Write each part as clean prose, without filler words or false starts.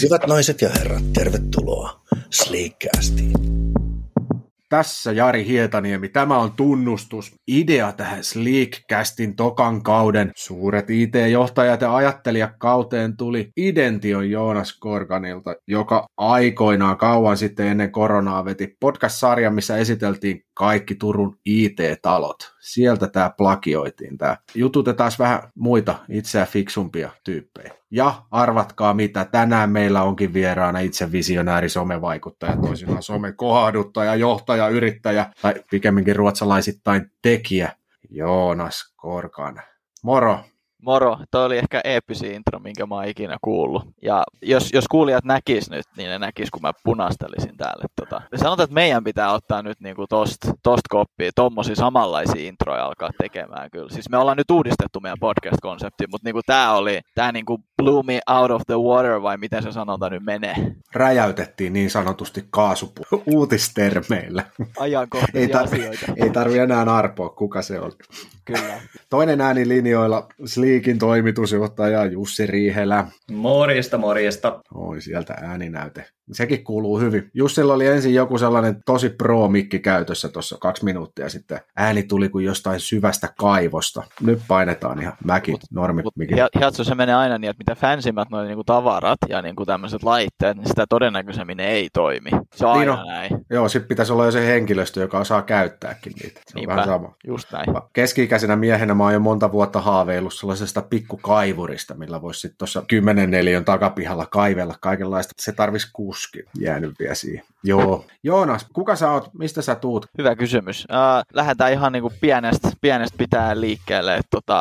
Hyvät naiset ja herrat, tervetuloa Sleekcastiin. Tässä Jari Hietaniemi, tämä on tunnustus. Idea tähän Sleekcastin tokan kauden suuret IT-johtajat ja ajattelijakauteen tuli Idention Joonas Korkanilta, joka aikoinaan kauan sitten ennen koronaa veti podcast-sarjan, missä esiteltiin kaikki Turun IT-talot. Sieltä tämä plagioitiin. Jututetaan vähän muita itseä fiksumpia tyyppejä. Ja arvatkaa mitä, tänään meillä onkin vieraana itse visionääri somevaikuttaja, toisinaan somekohduttaja, johtaja, yrittäjä tai pikemminkin ruotsalaisittain tekijä Joonas Korkan. Moro! Moro, toi oli ehkä eeppisin intro, minkä mä oon ikinä kuullut. Ja jos kuulijat näkis nyt, niin ne näkis, kun mä punastelisin täällä. Sanotaan, että meidän pitää ottaa nyt niinku tosta koppia, tommosia samanlaisia introja alkaa tekemään kyllä. Siis me ollaan nyt uudistettu meidän podcast-konsepti, mutta niinku tää niinku blew me out of the water, vai miten se sanonta nyt menee? Räjäytettiin niin sanotusti uutistermeillä. Ajankohtaisia asioita. Ei tarvi enää arpoa, kuka se oli. Kyllä. Toinen äänilinjoilla Sleekin toimitusjohtaja Jussi Riihelä. Morjesta. Oi, sieltä ääninäyte. Sekin kuuluu hyvin. Jussilla oli ensin joku sellainen tosi pro-mikki käytössä tuossa 2 minuuttia sitten. Ääni tuli kuin jostain syvästä kaivosta. Nyt painetaan ihan normimikki. Hiatso, se menee aina niin, että mitä fansimmät noin niinku tavarat ja niinku tämmöiset laitteet, niin sitä todennäköisemmin ei toimi. Se on aina näin. Joo, sitten pitäisi olla jo se henkilöstö, joka osaa käyttääkin niitä. Se on vähän sama. Just näin. Keski-ikäisenä miehenä mä oon jo monta vuotta haaveillut sellaisesta pikkukaivurista, millä voisi sitten tuossa 10 neliön takapihalla kaivella kaikenlaista. Se tarvisi kuskin. Jäänyt vielä siihen. Joo. Joonas, kuka sä oot? Mistä sä tuut? Hyvä kysymys. Lähdetään ihan niinku pienestä pitää liikkeelle.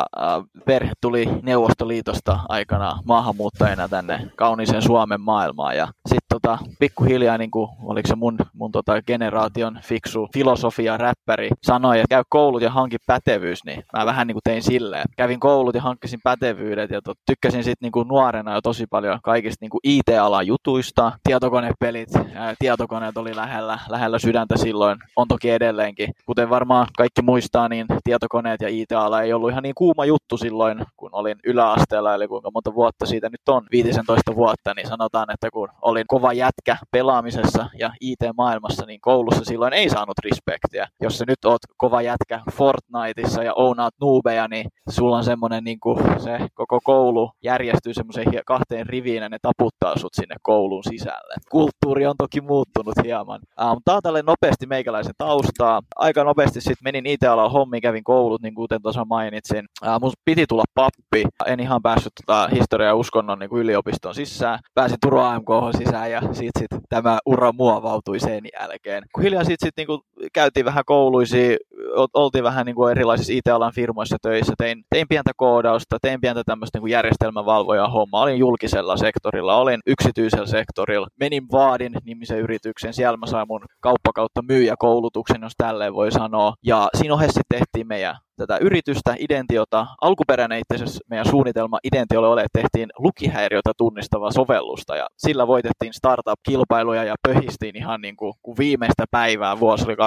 Perhe tuli Neuvostoliitosta aikanaan maahanmuuttajana tänne kauniiseen Suomen maailmaan. Ja sitten pikkuhiljaa, niinku, oliko se mun generaation fiksu filosofia, räppäri, sanoi, että käy koulut ja hanki pätevyys, niin mä vähän niinku tein silleen. Kävin koulut ja hankkisin pätevyydet ja tykkäsin sitten niinku nuorena jo tosi paljon kaikista niinku IT-alan jutuista, tietokonepelit, tietokoneet oli lähellä sydäntä silloin, on toki edelleenkin. Kuten varmaan kaikki muistaa, niin tietokoneet ja IT-ala ei ollut ihan niin kuuma juttu silloin, kun olin yläasteella, eli kuinka monta vuotta siitä nyt on, 15 vuotta, niin sanotaan, että kun olin kova jätkä pelaamisessa ja IT-maailmassa, niin koulussa silloin ei saanut respektiä. Jos sä nyt oot kova jätkä Fortniteissa ja ounaat noobeja, niin sulla on semmoinen, niin kuin se koko koulu järjestyy semmoiseen 2 riviin ja ne taputtaa sut sinne koulun sisälle. Kulttuuri on toki muuttunut hieman. Mutta tää on tälle nopeasti meikäläisen taustaa. Aika nopeasti sitten menin IT-alalla hommiin, kävin koulut, niin kuten tuossa mainitsin. Mun piti tulla pappi. En ihan päässyt historia ja uskonnon niin kuin yliopiston sisään. Pääsin Turun AMK:hon sisään ja sit tämä ura muovautui sen jälkeen. Kun hiljaa sit niin kuin käytiin vähän kouluisia, oltiin vähän niin kuin erilaisissa IT-alan firmoissa töissä. Tein pientä koodausta, tein pientä tämmöistä niin kuin järjestelmävalvoja hommaa. Olin julkisella sektorilla, olin yksityisellä sektorilla. Menin Vaadin nimisen yrityksen, siellä mä sain mun kauppakautta myyjäkoulutuksen, jos tälleen voi sanoa. Ja siinä ohessa tehtiin meidän tätä yritystä, Identiota. Alkuperäinen itse asiassa meidän suunnitelma Identiolle oli, että tehtiin lukihäiriötä tunnistavaa sovellusta ja sillä voitettiin startup-kilpailuja ja pöhistiin ihan niin kuin viimeistä päivää, vuosi oli 2014-2015,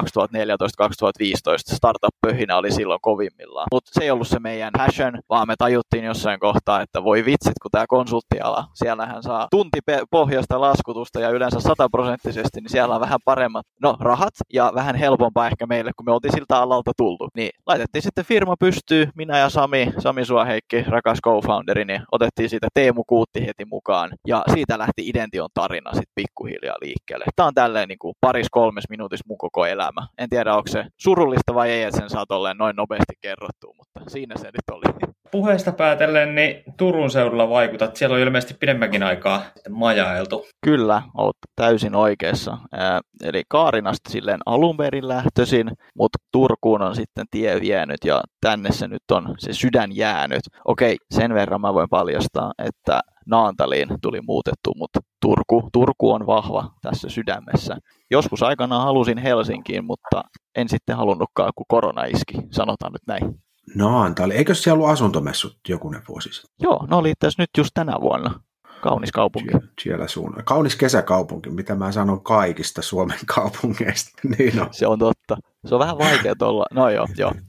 startup-pöhinä oli silloin kovimmillaan. Mutta se ei ollut se meidän passion, vaan me tajuttiin jossain kohtaa, että voi vitsit, kun tämä konsulttiala, siellähän saa tuntipohjaista laskutusta ja yleensä 100%, niin siellä on vähän paremmat rahat ja vähän helpompaa ehkä meille, kun me oltiin siltä alalta tultu. Niin laitettiin sitten firma pystyy, minä ja Sami Suoheikki, rakas co-founderi, niin otettiin siitä Teemu Kuutti heti mukaan. Ja siitä lähti Idention tarina sitten pikkuhiljaa liikkeelle. Tämä on tälleen niin kuin 2-3 minuutissa mun koko elämä. En tiedä, onko se surullista vai ei, että sen saa tolleen noin nopeasti kerrottua, mutta siinä se nyt oli. Puheesta päätellen, niin Turun seudulla vaikutat. Siellä on ilmeisesti pidemmänkin aikaa majailtu. Kyllä, olet täysin oikeassa. Eli Kaarinasta silleen alun perin lähtöisin, mutta Turkuun on sitten tie vienyt ja tänne se nyt on se sydän jäänyt. Okei, sen verran mä voin paljastaa, että Naantaliin tuli muutettu, mutta Turku on vahva tässä sydämessä. Joskus aikanaan halusin Helsinkiin, mutta en sitten halunnutkaan, kun korona iski, sanotaan nyt näin. Naantali. Eikö siellä ollut asuntomessut jokunen vuosi sitten? Joo, ne oli itse asiassa nyt just tänä vuonna. kaunis kaupunki. Siellä suunnalla. Kaunis kesäkaupunki, mitä mä sanon kaikista Suomen kaupungeista. Niin on. Se on totta. Se on vähän vaikea olla. No joo.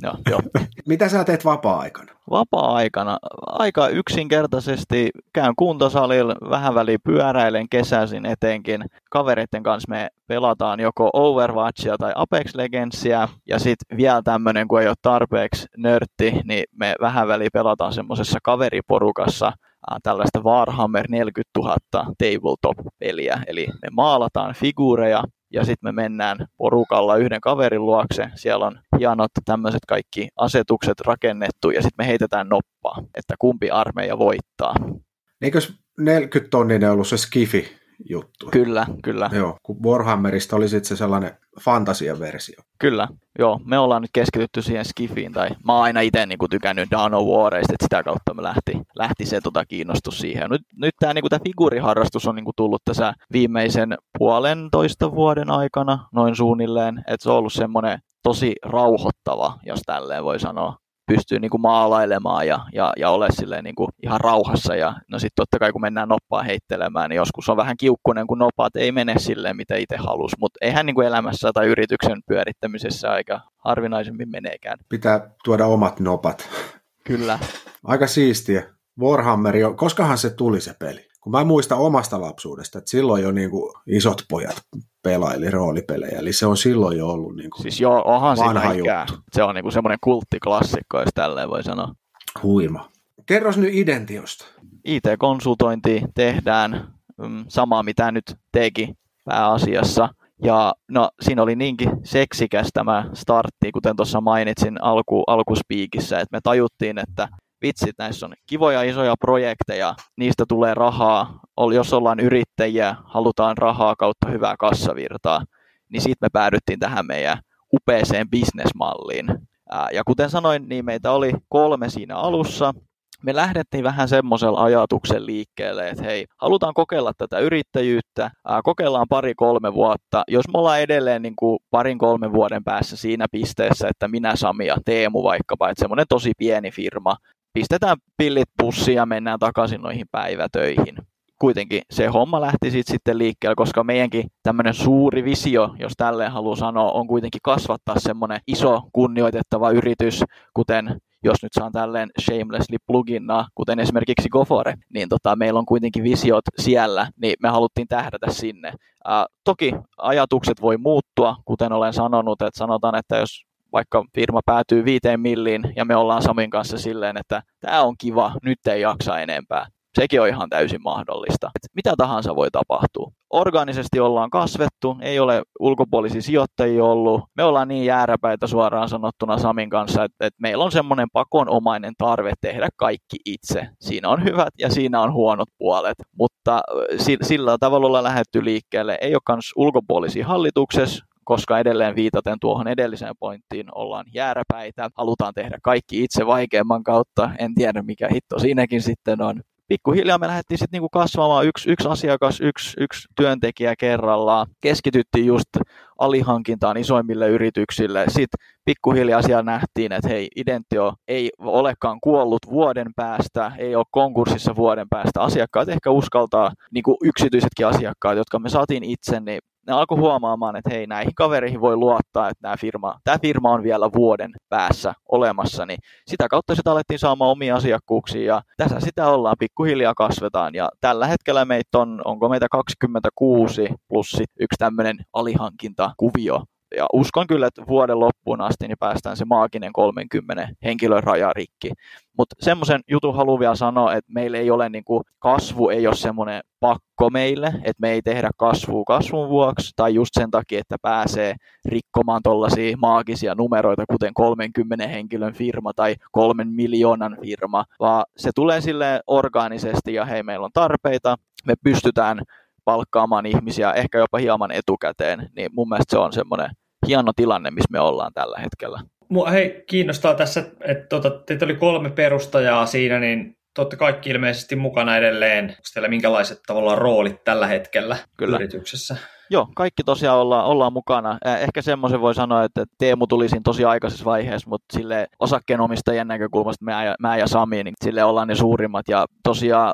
Mitä sä teet vapaa-aikana? Vapaa-aikana aika yksinkertaisesti käyn kuntosalilla, vähän väliin pyöräilen kesäisin etenkin. Kavereiden kanssa me pelataan joko Overwatchia tai Apex Legendsia. Ja sitten vielä tämmöinen, kun ei ole tarpeeksi nörtti, niin me vähän väliin pelataan semmoisessa kaveriporukassa tällaista Warhammer 40 000 tabletop-peliä. Eli me maalataan figuureja. Ja sitten me mennään porukalla yhden kaverin luokse. Siellä on hienot tämmöiset kaikki asetukset rakennettu ja sitten me heitetään noppaa, että kumpi armeija voittaa. Eikös 40-tonninen ollut se Skifi-juttu? Kyllä. Joo, kun Warhammerista oli sitten se sellainen fantasiaversio. Kyllä, joo. Me ollaan nyt keskitytty siihen Skifiin, tai mä oon aina itse niinku tykännyt Dawn of Warista, että sitä kautta me lähti se kiinnostus siihen. Nyt tämä niinku figuuriharrastus on niinku tullut tässä viimeisen 1,5 vuoden aikana, noin suunnilleen, että se on ollut semmoinen tosi rauhoittava, jos tälleen voi sanoa. Pystyy niinku maalailemaan ja ole silleen niinku ihan rauhassa. Ja no sitten totta kai kun mennään noppaa heittelemään, niin joskus on vähän kiukkunen, kun nopat ei mene silleen, mitä itse halusi. Mutta eihän niinku elämässä tai yrityksen pyörittämisessä aika harvinaisemmin meneekään. Pitää tuoda omat nopat. Kyllä. Aika siistiä. Warhammeri, koskahan se tuli se peli? Kun mä muistan omasta lapsuudesta, että silloin jo niinku isot pojat pelaili roolipelejä, eli se on silloin jo ollut niinku siis joo, onhan vanha juttu. Se on niinku semmoinen kulttiklassikko, jos tälleen voi sanoa. Huima. Kerros nyt Identiosta. IT-konsultointi tehdään samaa, mitä nyt teki pääasiassa. Ja no, siinä oli niinkin seksikäs tämä startti, kuten tuossa mainitsin alkuspiikissä, että me tajuttiin, että vitsit, näissä on kivoja isoja projekteja, niistä tulee rahaa, jos ollaan yrittäjiä, halutaan rahaa kautta hyvää kassavirtaa, niin sitten me päädyttiin tähän meidän upeeseen bisnesmalliin. Ja kuten sanoin, niin meitä oli 3 siinä alussa. Me lähdettiin vähän semmoisella ajatuksen liikkeelle, että hei, halutaan kokeilla tätä yrittäjyyttä, kokeillaan 2-3 vuotta. Jos me ollaan edelleen niin kuin 2-3 vuoden päässä siinä pisteessä, että minä, Sami ja Teemu vaikkapa, että semmoinen tosi pieni firma, pistetään pillit pussiin ja mennään takaisin noihin päivätöihin. Kuitenkin se homma lähti sitten liikkeelle, koska meidänkin tämmöinen suuri visio, jos tälleen haluaa sanoa, on kuitenkin kasvattaa semmoinen iso kunnioitettava yritys, kuten jos nyt saan tälleen shamelessly pluginnaa, kuten esimerkiksi Gofore, niin meillä on kuitenkin visiot siellä, niin me haluttiin tähdätä sinne. Toki ajatukset voi muuttua, kuten olen sanonut, että sanotaan, että jos vaikka firma päätyy 5 milliin ja me ollaan Samin kanssa silleen, että tämä on kiva, nyt ei jaksa enempää. Sekin on ihan täysin mahdollista. Mitä tahansa voi tapahtua. Orgaanisesti ollaan kasvettu, ei ole ulkopuolisia sijoittajia ollut. Me ollaan niin jääräpäitä suoraan sanottuna Samin kanssa, että meillä on semmoinen pakonomainen tarve tehdä kaikki itse. Siinä on hyvät ja siinä on huonot puolet, mutta sillä tavalla ollaan lähdetty liikkeelle. Ei ole myös ulkopuolisia hallituksessa, koska edelleen viitaten tuohon edelliseen pointtiin ollaan jääräpäitä. Halutaan tehdä kaikki itse vaikeamman kautta. En tiedä mikä hitto siinäkin sitten on. Pikkuhiljaa me lähdettiin sitten niinku kasvamaan yksi asiakas, yksi työntekijä kerrallaan. Keskityttiin just alihankintaan isoimmille yrityksille. Sitten pikkuhiljaa siellä nähtiin, että hei, Identio ei olekaan kuollut vuoden päästä, ei ole konkurssissa vuoden päästä. Asiakkaat ehkä uskaltaa, niin kuin yksityisetkin asiakkaat, jotka me saatiin itse, niin ne alkoi huomaamaan, että hei, näihin kavereihin voi luottaa, että tämä firma on vielä vuoden päässä olemassa, niin sitä kautta sitä alettiin saamaan omia asiakkuuksia, ja tässä sitä ollaan, pikkuhiljaa kasvetaan, ja tällä hetkellä meitä onko meitä 26 plus yksi tämmöinen alihankintakuvio, ja uskon kyllä, että vuoden loppuun asti niin päästään se maaginen 30 henkilön raja rikki. Mutta semmoisen jutun haluan vielä sanoa, että meillä ei ole kasvu ei ole semmoinen pakko meille, että me ei tehdä kasvua kasvun vuoksi tai just sen takia, että pääsee rikkomaan tollaisia maagisia numeroita, kuten 30 henkilön firma tai 3 miljoonan firma, vaan se tulee silleen orgaanisesti ja hei, meillä on tarpeita, me pystytään palkkaamaan ihmisiä ehkä jopa hieman etukäteen, niin mun mielestä se on semmoinen hieno tilanne, missä me ollaan tällä hetkellä. Mua kiinnostaa tässä, että teitä oli 3 perustajaa siinä, niin te olette kaikki ilmeisesti mukana edelleen. Onko teillä minkälaiset tavallaan roolit tällä hetkellä yrityksessä? Joo, kaikki tosiaan ollaan mukana. Ehkä semmoisen voi sanoa, että Teemu tuli siinä tosi aikaisessa vaiheessa, mutta sille osakkeenomistajien näkökulmasta mä ja Sami, niin sille ollaan ne suurimmat. Ja tosiaan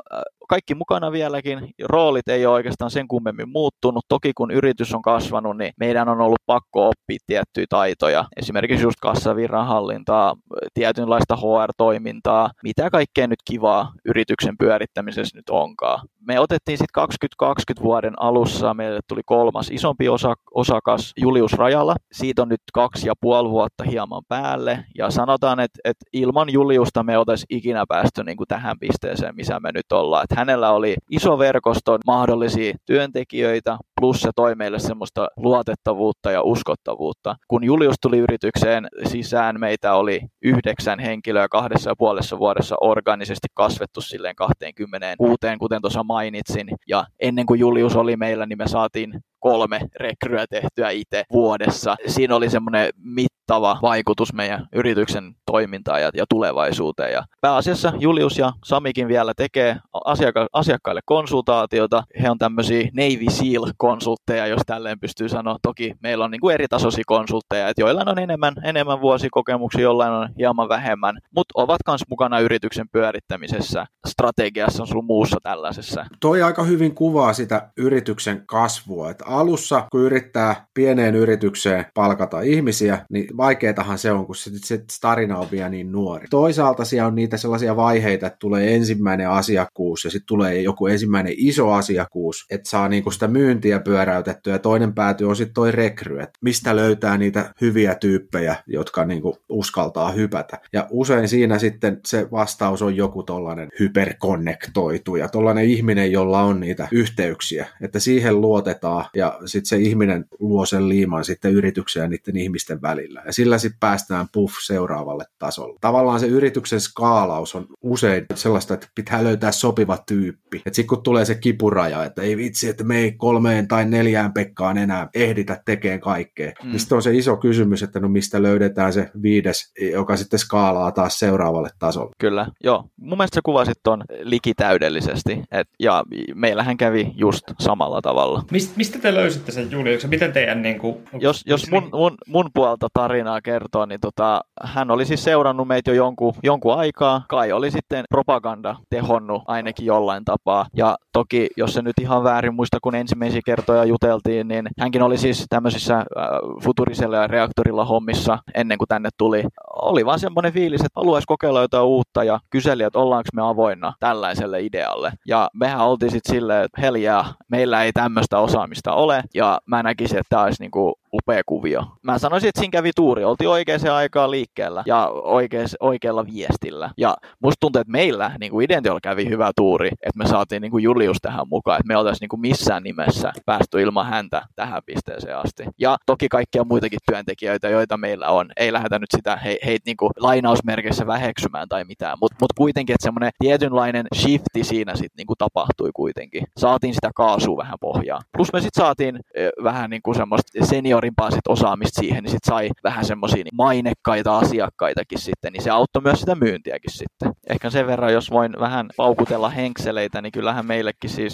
kaikki mukana vieläkin, roolit ei ole oikeastaan sen kummemmin muuttunut. Toki kun yritys on kasvanut, niin meidän on ollut pakko oppia tiettyjä taitoja. Esimerkiksi just kassavirran hallintaa, tietynlaista HR-toimintaa, mitä kaikkea nyt kivaa yrityksen pyörittämisessä nyt onkaan. Me otettiin sitten 2020 vuoden alussa, meille tuli 3. isompi osakas Julius Rajala. Siitä on nyt 2,5 vuotta hieman päälle. Ja sanotaan, että ilman Juliusta me oltaisiin ikinä päästy niin kuin tähän pisteeseen, missä me nyt ollaan. Että hänellä oli iso verkosto mahdollisia työntekijöitä, plus se toi meille semmoista luotettavuutta ja uskottavuutta. Kun Julius tuli yritykseen sisään, meitä oli 9 henkilöä 2,5 vuodessa organisesti kasvettu silleen 26, kuten tuossa mainitsin. Ja ennen kuin Julius oli meillä, niin me saatiin 3 rekryä tehtyä itse vuodessa. Siinä oli semmoinen mittava vaikutus meidän yrityksen toimintaan ja tulevaisuuteen. Ja pääasiassa Julius ja Samikin vielä tekee asiakkaille konsultaatiota. He on tämmöisiä Navy SEAL-konsultteja, jos tälleen pystyy sanoa. Toki meillä on niin kuin eri tasoisia konsultteja, että joillain on enemmän vuosikokemuksia, jollain on hieman vähemmän, mutta ovat myös mukana yrityksen pyörittämisessä, strategiassa, sun muussa tällaisessa. Toi aika hyvin kuvaa sitä yrityksen kasvua, että alussa, kun yrittää pieneen yritykseen palkata ihmisiä, niin vaikeetahan se on, kun se tarina on vielä niin nuori. Toisaalta siellä on niitä sellaisia vaiheita, että tulee ensimmäinen asiakkuus ja sitten tulee joku ensimmäinen iso asiakkuus, että saa niinku sitä myyntiä pyöräytettyä ja toinen pääty on sitten toi rekry, että mistä löytää niitä hyviä tyyppejä, jotka niinku uskaltaa hypätä. Ja usein siinä sitten se vastaus on joku tollainen hyperkonnektoitu ja tollainen ihminen, jolla on niitä yhteyksiä, että siihen luotetaan ja sitten se ihminen luo sen liiman sitten yrityksen ja niiden ihmisten välillä. Ja sillä sitten päästään seuraavalle tasolle. Tavallaan se yrityksen skaalaus on usein sellaista, että pitää löytää sopiva tyyppi. Että sitten kun tulee se kipuraja, että ei vitsi, että me ei 3 tai 4 Pekkaan enää ehditä tekemään kaikkea. Niin sitten on se iso kysymys, että no mistä löydetään se 5, joka sitten skaalaa taas seuraavalle tasolle. Kyllä, joo. Mun mielestä sä kuvasit ton likitäydellisesti. Ja meillähän kävi just samalla tavalla. Mistä te löysitte sen Juliuksen? Miten teidän Jos mun puolta tarinaa kertoo, niin hän oli siis seurannut meitä jo jonkun aikaa. Kai oli sitten propaganda tehonnut ainakin jollain tapaa. Ja toki, jos se nyt ihan väärin muista, kun ensimmäisiä kertoja juteltiin, niin hänkin oli siis tämmöisissä futurisella ja reaktorilla hommissa ennen kuin tänne tuli. Oli vaan semmoinen fiilis, että haluaisi kokeilla jotain uutta ja kyseli, että ollaanko me avoinna tällaiselle idealle. Ja mehän oltiin sitten silleen, että heljaa, meillä ei tämmöistä osaamista ole. Ja mä näkisin, että tämä olisi niinku upea kuvio. Mä sanoisin, että siinä kävi tuuri. Oltiin oikeaan aikaan liikkeellä ja oikealla viestillä. Ja musta tuntuu, että meillä niin kuin Identiolla kävi hyvä tuuri, että me saatiin niin kuin Julius tähän mukaan. Että me oltaisiin niin kuin missään nimessä päästy ilman häntä tähän pisteeseen asti. Ja toki kaikkia muitakin työntekijöitä, joita meillä on. Ei lähdetä nyt sitä heitä niin kuin lainausmerkeissä väheksymään tai mitään. Mutta kuitenkin, että semmoinen tietynlainen shifti siinä sitten niin kuin tapahtui kuitenkin. Saatiin sitä kaasua vähän pohjaan. Plus me sitten saatiin vähän niin kuin semmoista seniorimpaa sit osaamista siihen, niin sit sai vähän semmosia mainekkaita asiakkaitakin sitten, niin se auttoi myös sitä myyntiäkin sitten. Ehkä sen verran, jos voin vähän paukutella henkseleitä, niin kyllähän meillekin siis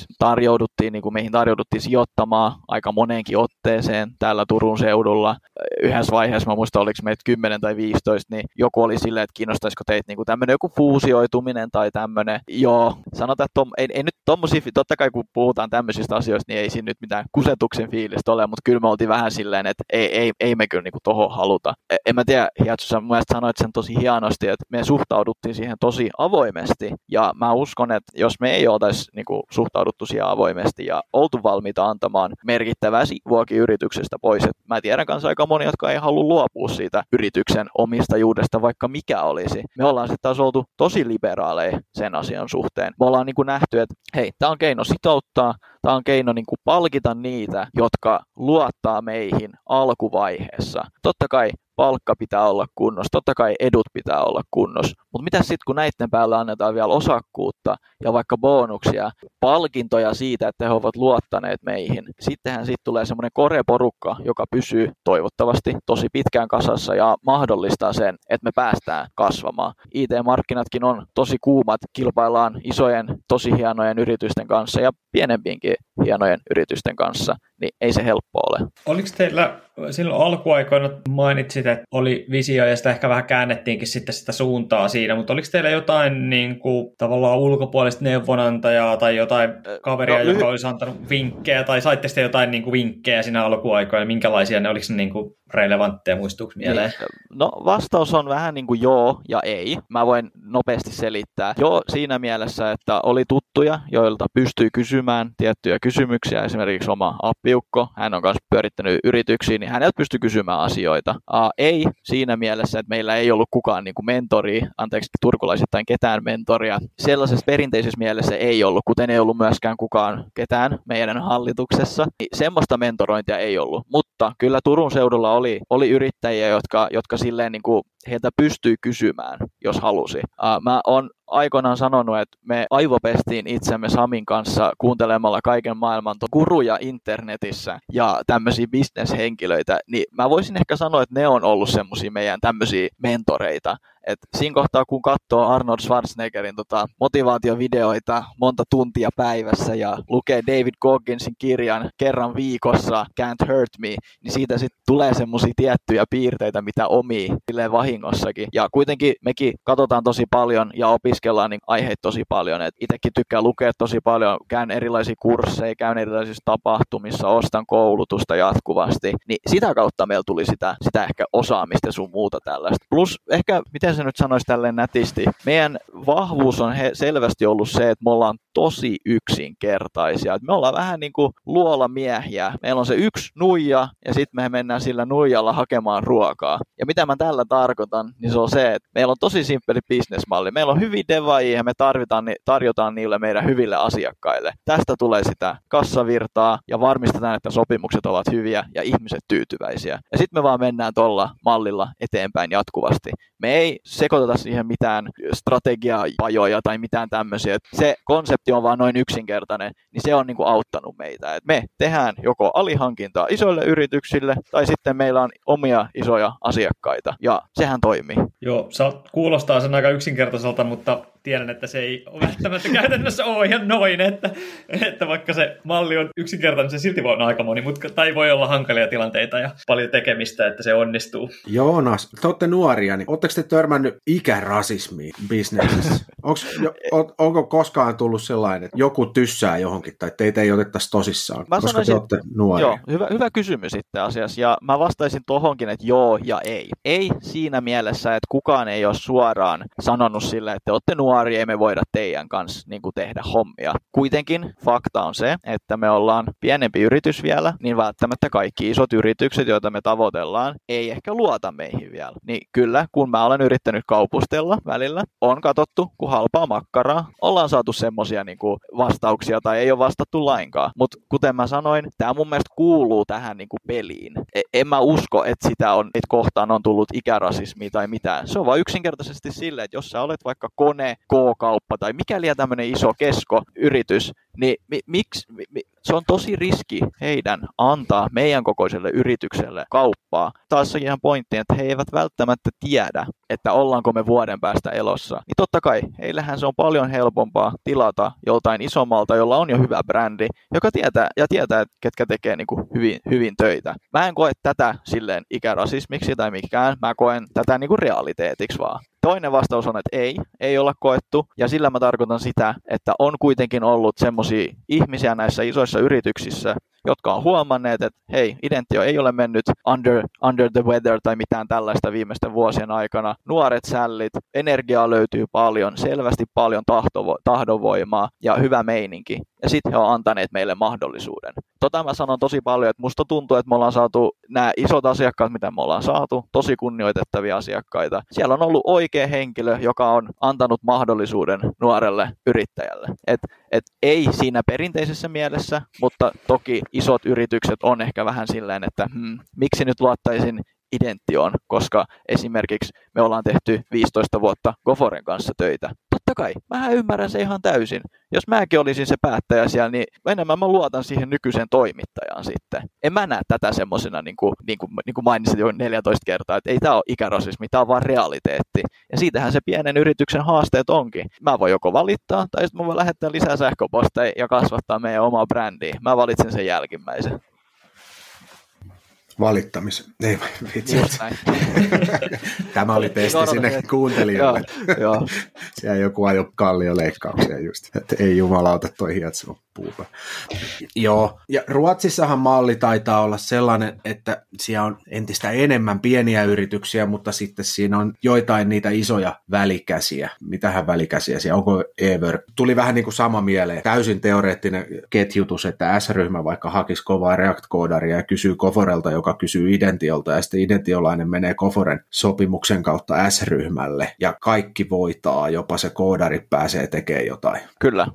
meihin tarjouduttiin sijoittamaan aika moneenkin otteeseen täällä Turun seudulla. Yhdessä vaiheessa, mä muistan, oliko meitä 10 tai 15, niin joku oli silleen, että kiinnostaisiko teitä niin tämmöinen joku fuusioituminen tai tämmöinen. Joo, sanotaan, että ei nyt tommosia, totta kai kun puhutaan tämmöisistä asioista, niin ei siinä nyt mitään kusetuksen fiilistä ole, mutta kyllä me oltiin vähän silleen, että ei me kyllä niinku tohon haluta. En mä tiedä, Hiatsu, sä mun mielestä sanoit sen tosi hienosti, että me suhtauduttiin siihen tosi avoimesti. Ja mä uskon, että jos me ei oltaisi niinku suhtauduttu siihen avoimesti ja oltu valmiita antamaan merkittävää siivuakin yrityksestä pois. Et mä tiedän kanssa aika moni, jotka ei halua luopua siitä yrityksen omistajuudesta, vaikka mikä olisi. Me ollaan sitten taas oltu tosi liberaaleja sen asian suhteen. Me ollaan niinku nähty, että hei, tää on keino sitouttaa, tää on keino niinku palkita niitä, jotka luottaa meihin alkuvaiheessa. Totta kai palkka pitää olla kunnossa, totta kai edut pitää olla kunnossa. Mutta mitä sitten, kun näiden päälle annetaan vielä osakkuutta ja vaikka bonuksia, palkintoja siitä, että he ovat luottaneet meihin. Sittenhän siitä tulee semmoinen koreporukka, joka pysyy toivottavasti tosi pitkään kasassa ja mahdollistaa sen, että me päästään kasvamaan. IT-markkinatkin on tosi kuumat, kilpaillaan isojen, tosi hienojen yritysten kanssa ja pienempiinkin hienojen yritysten kanssa, niin ei se helppo ole. Oliko teillä silloin alkuaikoina mainitsit, että oli visio ja sitä ehkä vähän käännettiinkin sitten sitä suuntaa siinä, mutta oliko teillä jotain niin kuin, tavallaan ulkopuolista neuvonantajaa tai jotain kaveria, joka olisi antanut vinkkejä, tai saitte sitten jotain niin kuin vinkkejä siinä alkuaikoina, minkälaisia ne, oliko ne niin kuin relevantteja, muistuuko mieleen? No vastaus on vähän niin kuin joo ja ei. Mä voin nopeasti selittää. Joo siinä mielessä, että oli tuttuja, joilta pystyi kysymään tiettyjä kysymyksiä. Esimerkiksi oma appiukko, hän on myös pyörittänyt yrityksiä, niin häneltä pystyi kysymään asioita. Ei siinä mielessä, että meillä ei ollut kukaan niin kuin mentori, anteeksi turkulaisittain ketään mentoria. Sellaisessa perinteisessä mielessä ei ollut, kuten ei ollut myöskään kukaan ketään meidän hallituksessa. Niin semmoista mentorointia ei ollut, mutta kyllä Turun seudulla oli yrittäjiä, jotka silleen niin kuin heiltä pystyi kysymään, jos halusi. Mä oon aikoinaan sanonut, että me aivopestiin itsemme Samin kanssa kuuntelemalla kaiken maailman guruja internetissä ja tämmöisiä bisneshenkilöitä, niin mä voisin ehkä sanoa, että ne on ollut semmosia meidän tämmöisiä mentoreita. Et siinä kohtaa, kun katsoo Arnold Schwarzeneggerin motivaatiovideoita monta tuntia päivässä ja lukee David Gogginsin kirjan kerran viikossa, Can't Hurt Me, niin siitä sitten tulee semmosia tiettyjä piirteitä, mitä omii silleen vahingossakin. Ja kuitenkin mekin katsotaan tosi paljon ja opiskellaan niin aiheita tosi paljon. Et itsekin tykkään lukea tosi paljon, käyn erilaisia kursseja, käyn erilaisissa tapahtumissa, ostan koulutusta jatkuvasti. Niin sitä kautta meillä tuli sitä ehkä osaamista sun muuta tällaista. Plus ehkä, miten se nyt sanoisi tälleen nätisti, meidän vahvuus on selvästi ollut se, että me ollaan tosi yksinkertaisia. Me ollaan vähän niin kuin luolamiehiä. Meillä on se yksi nuija ja sitten me mennään sillä nuijalla hakemaan ruokaa. Ja mitä mä tällä tarkoitan, niin se on se, että meillä on tosi simppeli bisnesmalli. Meillä on hyviä devaajia ja me tarjotaan niille meidän hyville asiakkaille. Tästä tulee sitä kassavirtaa ja varmistetaan, että sopimukset ovat hyviä ja ihmiset tyytyväisiä. Ja sitten me vaan mennään tuolla mallilla eteenpäin jatkuvasti. Me ei sekoiteta siihen mitään strategiapajoja tai mitään tämmöisiä. Se konsepti on vaan noin yksinkertainen, niin se on niin kuin auttanut meitä. Et me tehdään joko alihankintaa isoille yrityksille tai sitten meillä on omia isoja asiakkaita ja sehän toimii. Joo, kuulostaa sen aika yksinkertaiselta, mutta tiedän, että se ei ole välttämättä käytännössä ole ihan noin, että vaikka se malli on yksinkertainen, se silti voi olla aika monimutka, tai voi olla hankalia tilanteita ja paljon tekemistä, että se onnistuu. Joonas, te olette nuoria, niin oletteko te törmännyt ikärasismiin bisneksessä? Onko koskaan tullut sellainen, että joku tyssää johonkin, tai teitä ei otettaisi tosissaan, koska te olette nuoria? Joo, hyvä kysymys itse asiassa, ja mä vastaisin tohonkin, että joo ja ei. Ei siinä mielessä, että kukaan ei ole suoraan sanonut sille, että te olette nuoria, ei me voida teidän kanssa niin kuin tehdä hommia. Kuitenkin fakta on se, että me ollaan pienempi yritys vielä, niin välttämättä kaikki isot yritykset, joita me tavoitellaan, ei ehkä luota meihin vielä. Niin kyllä, kun mä olen yrittänyt kaupustella välillä, on katsottu, kun halpaa makkaraa, ollaan saatu semmosia niin kuin vastauksia tai ei ole vastattu lainkaan. Mutta kuten mä sanoin, tämä mun mielestä kuuluu tähän niin kuin peliin. En mä usko, että että kohtaan on tullut ikärasismia tai mitään. Se on vaan yksinkertaisesti silleen, että jos sä olet vaikka kone, K-kauppa tai mikäli tämmöinen iso keskoyritys, niin se on tosi riski heidän antaa meidän kokoiselle yritykselle kauppaa. Taas on ihan pointti, että he eivät välttämättä tiedä, että ollaanko me vuoden päästä elossa. Niin totta kai, heillähän se on paljon helpompaa tilata joltain isommalta, jolla on jo hyvä brändi, joka tietää, että ketkä tekee niin kuin hyvin töitä. Mä en koe tätä silleen ikärasismiksi tai mikään, mä koen tätä niin kuin realiteetiksi vaan. Toinen vastaus on, että ei olla koettu, ja sillä mä tarkoitan sitä, että on kuitenkin ollut semmoisia ihmisiä näissä isoissa yrityksissä, jotka on huomanneet, että hei, Identio ei ole mennyt under the weather tai mitään tällaista viimeisten vuosien aikana. Nuoret sällit, energiaa löytyy paljon, selvästi paljon tahdonvoimaa ja hyvä meininki. Ja sitten he on antaneet meille mahdollisuuden. Mä sanon tosi paljon, että musta tuntuu, että me ollaan saatu nämä isot asiakkaat, mitä me ollaan saatu, tosi kunnioitettavia asiakkaita. Siellä on ollut oikea henkilö, joka on antanut mahdollisuuden nuorelle yrittäjälle. Et ei siinä perinteisessä mielessä, mutta toki isot yritykset on ehkä vähän silleen, että miksi nyt luottaisin Identioon, koska esimerkiksi me ollaan tehty 15 vuotta Goforen kanssa töitä. Totta kai, mähän ymmärrän se ihan täysin. Jos mäkin olisin se päättäjä siellä, niin enemmän mä luotan siihen nykyiseen toimittajaan sitten. En mä näe tätä semmosena, niin kuin mainitsin jo 14 kertaa, että ei tää ole ikärasismi, tää on vaan realiteetti. Ja siitähän se pienen yrityksen haasteet onkin. Mä voin joko valittaa, tai sitten mä voin lähettää lisää sähköposteja ja kasvattaa meidän omaa brändiä. Mä valitsen sen jälkimmäisen. Ei vitsi. Tämä oli testi sinne kuuntelijoille. Siellä joku ajo kallioleikkauksia just. Että ei jumalauta toi Hietsilon puupa. Joo, ja Ruotsissahan malli taitaa olla sellainen, että siellä on entistä enemmän pieniä yrityksiä, mutta sitten siinä on joitain niitä isoja välikäsiä. Mitähän välikäsiä siellä? Onko Ever? Tuli vähän niin kuin sama mieleen. Täysin teoreettinen ketjutus, että S-ryhmä vaikka hakisi kovaa React-koodaria ja kysyy Koforelta, joka kysyy Identiolta, ja sitten Identiolainen menee Koforen sopimuksen kautta S-ryhmälle, ja kaikki voitaa, jopa se koodari pääsee tekemään jotain. Kyllä,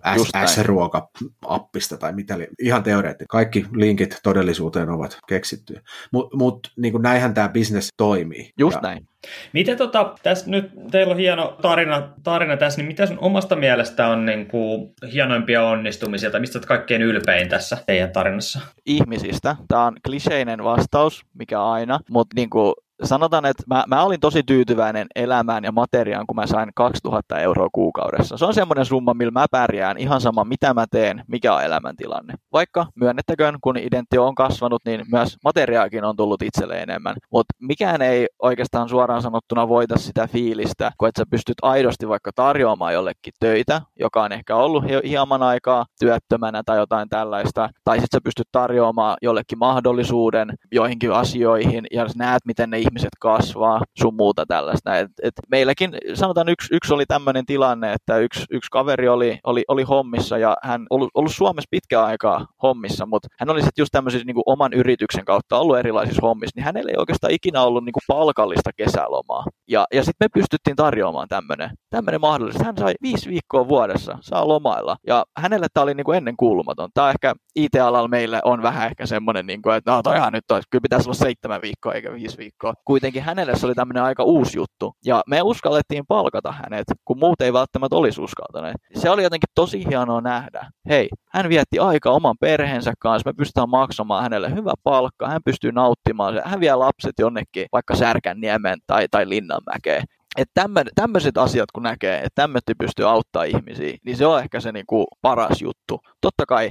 S-ruoka-appista tai mitä, ihan teoreettisesti. Kaikki linkit todellisuuteen ovat keksittyjä. Mutta niin kuin näinhän tämä business toimii. Just näin. Miten tässä nyt, teillä on hieno tarina tässä, niin mitä sun omasta mielestä on niin kuin hienoimpia onnistumisia, tai mistä olet kaikkein ylpein tässä teidän tarinassa? Ihmisistä. Tämä on kliseinen vastaus, mikä aina, mutta niin kuin sanotaan, että mä olin tosi tyytyväinen elämään ja materiaan, kun mä sain 2000 € kuukaudessa. Se on semmoinen summa, millä mä pärjään ihan sama, mitä mä teen, mikä on elämäntilanne. Vaikka myönnettäköön, kun Identio on kasvanut, niin myös materiaakin on tullut itselle enemmän. Mutta mikään ei oikeastaan suoraan sanottuna voita sitä fiilistä, kun et sä pystyt aidosti vaikka tarjoamaan jollekin töitä, joka on ehkä ollut hieman aikaa työttömänä tai jotain tällaista, tai sitten sä pystyt tarjoamaan jollekin mahdollisuuden joihinkin asioihin, ja näet, miten ne ihmiset kasvaa, sun muuta tällaista. Et meilläkin, sanotaan yksi oli tämmöinen tilanne, että yksi kaveri oli hommissa, ja hän ollut Suomessa pitkään aikaa hommissa, mutta hän oli sitten just tämmöisissä niin kuin oman yrityksen kautta ollut erilaisissa hommissa, niin hänellä ei oikeastaan ikinä ollut niin kuin palkallista kesälomaa. Ja sitten me pystyttiin tarjoamaan tämmöinen mahdollisuus. Hän sai 5 viikkoa vuodessa, saa lomailla, ja hänelle tämä oli niin kuin ennen kuulumaton. Tämä ehkä IT-alalla meille on vähän ehkä semmoinen, niin kuin, että toihan nyt olisi, kyllä pitäisi olla 7 viikkoa eikä 5 viikkoa. Kuitenkin hänelle se oli tämmöinen aika uusi juttu. Ja me uskallettiin palkata hänet, kun muut ei välttämättä olisi uskaltaneet. Se oli jotenkin tosi hienoa nähdä. Hei, hän vietti aikaa oman perheensä kanssa, me pystytään maksamaan hänelle hyvä palkka, hän pystyy nauttimaan se, hän vie lapset jonnekin vaikka Särkänniemen tai Linnanmäkeen. Että tämmöiset asiat kun näkee, että tämmöisesti pystyy auttamaan ihmisiä, niin se on ehkä se niinku paras juttu. Totta kai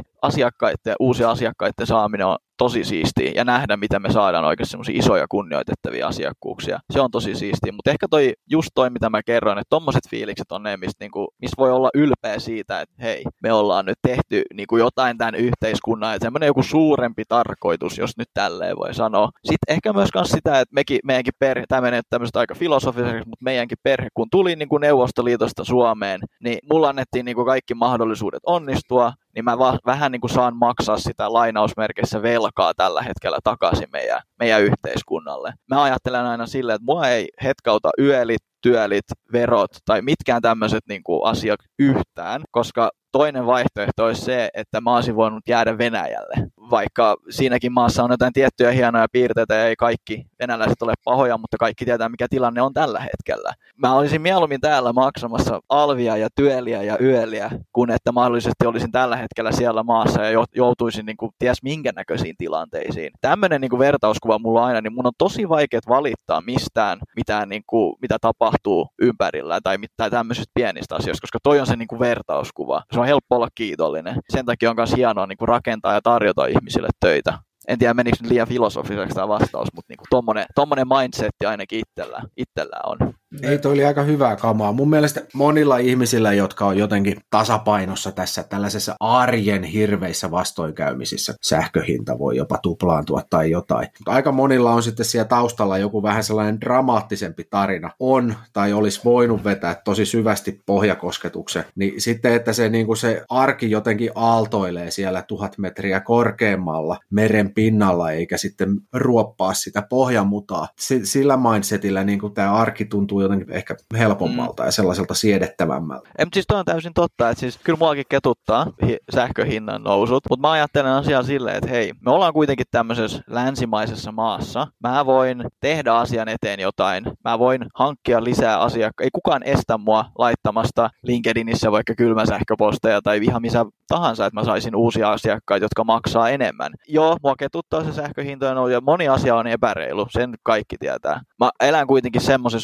uusia asiakkaiden saaminen on tosi siistiä ja nähdä, mitä me saadaan oikeasti semmoisia isoja kunnioitettavia asiakkuuksia. Se on tosi siistiä, mutta ehkä toi, mitä mä kerroin, että tommoset fiilikset on ne, mistä voi olla ylpeä siitä, että hei, me ollaan nyt tehty niinku jotain tämän yhteiskunnan, että semmoinen joku suurempi tarkoitus, jos nyt tälleen voi sanoa. Sitten ehkä myös sitä, että meidänkin perhe, tämä menee tämmöistä aika filosofiseksi, mutta meidänkin perhe, kun tuli niinku Neuvostoliitosta Suomeen, niin mulla annettiin niinku kaikki mahdollisuudet onnistua, niin mä vähän niin kuin saan maksaa sitä lainausmerkeissä velkaa tällä hetkellä takaisin meidän yhteiskunnalle. Mä ajattelen aina silleen, että mua ei hetkauta yölit, työlit, verot tai mitkään tämmöiset niin kuin asiat yhtään, koska toinen vaihtoehto olisi se, että mä olisin voinut jäädä Venäjälle, vaikka siinäkin maassa on jotain tiettyjä hienoja piirteitä ja ei kaikki venäläiset ole pahoja, mutta kaikki tietää, mikä tilanne on tällä hetkellä. Mä olisin mieluummin täällä maksamassa alvia ja työliä ja yöliä, kun että mahdollisesti olisin tällä hetkellä siellä maassa ja joutuisin niin kuin ties minkä näköisiin tilanteisiin. Tämmöinen niin kuin vertauskuva mulla aina, niin mun on tosi vaikea valittaa mitään niin kuin, mitä tapahtuu ympärillä tai tämmöisistä pienistä asioista, koska toi on se niin kuin vertauskuva. Se on helppo olla kiitollinen. Sen takia on myös hienoa niin kuin rakentaa ja tarjota ihmisille töitä. En tiedä, menikö nyt liian filosofiseksi tämä vastaus, mutta niin tommonen mindsetti ainakin itsellä on. Ei, toi oli aika hyvää kamaa. Mun mielestä monilla ihmisillä, jotka on jotenkin tasapainossa tässä tällaisessa arjen hirveissä vastoinkäymisissä, sähköhinta voi jopa tuplaantua tai jotain. Mutta aika monilla on sitten siellä taustalla joku vähän sellainen dramaattisempi tarina. On tai olisi voinut vetää tosi syvästi pohjakosketuksen. Niin sitten, että se arki jotenkin aaltoilee siellä 1000 metriä korkeammalla meren pinnalla, eikä sitten ruoppaa sitä pohjamutaa. Sillä mindsetillä niin tämä arki tuntuu jotenkin ehkä helpommalta ja sellaiselta siedettävämmältä. Siis toi on täysin totta, että siis kyllä muakin ketuttaa sähköhinnan nousut, mutta mä ajattelen asiaa silleen, että hei, me ollaan kuitenkin tämmöisessä länsimaisessa maassa. Mä voin tehdä asian eteen jotain. Mä voin hankkia lisää asiakkaita. Ei kukaan estä mua laittamasta LinkedInissä vaikka kylmäsähköposteja tai ihan missä tahansa, että mä saisin uusia asiakkaita, jotka maksaa enemmän. Joo, mua ketuttaa se sähköhintojen nousu ja moni asia on epäreilu, sen kaikki tietää. Mä elän kuitenkin semmoisessa yhteiskunnassa,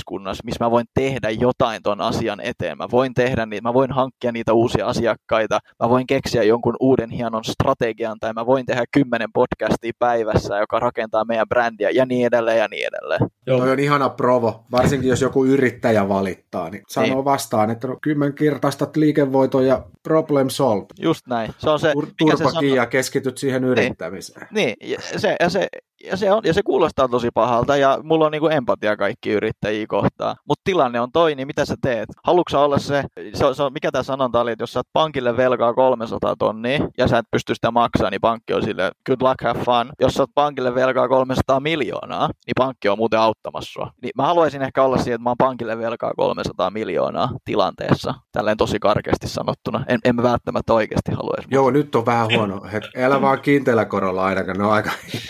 yhteiskunnassa, missä mä voin tehdä jotain ton asian eteen. Mä voin tehdä niitä, mä voin hankkia niitä uusia asiakkaita, mä voin keksiä jonkun uuden hienon strategian, tai mä voin tehdä 10 podcastia päivässä, joka rakentaa meidän brändiä, ja niin edelleen, ja niin edelleen. Joo. Toi on ihana provo, varsinkin jos joku yrittäjä valittaa, niin sanoo vastaan, että 10-kertaistat liikevoiton ja problem solved. Just näin. Se on se, turpakin ja keskityt siihen yrittämiseen. Niin, ja se kuulostaa tosi pahalta, ja mulla on niinku empatia kaikki yrittäjiä kohtaan. Mutta tilanne on toi, niin mitä sä teet? Haluatko sä olla se mikä tää sanonta oli, että jos sä oot pankille velkaa 300 tonnia, ja sä et pysty sitä maksaa, niin pankki on silleen, good luck, have fun. Jos sä oot pankille velkaa 300 miljoonaa, niin pankki on muuten auttamassa sua. Niin mä haluaisin ehkä olla siihen, että mä oon pankille velkaa 300 miljoonaa tilanteessa. Tälleen tosi karkeasti sanottuna. En mä välttämättä oikeasti haluaisi. Joo, nyt on vähän huono. Älä vaan kiinteällä korolla ainakaan. Ne on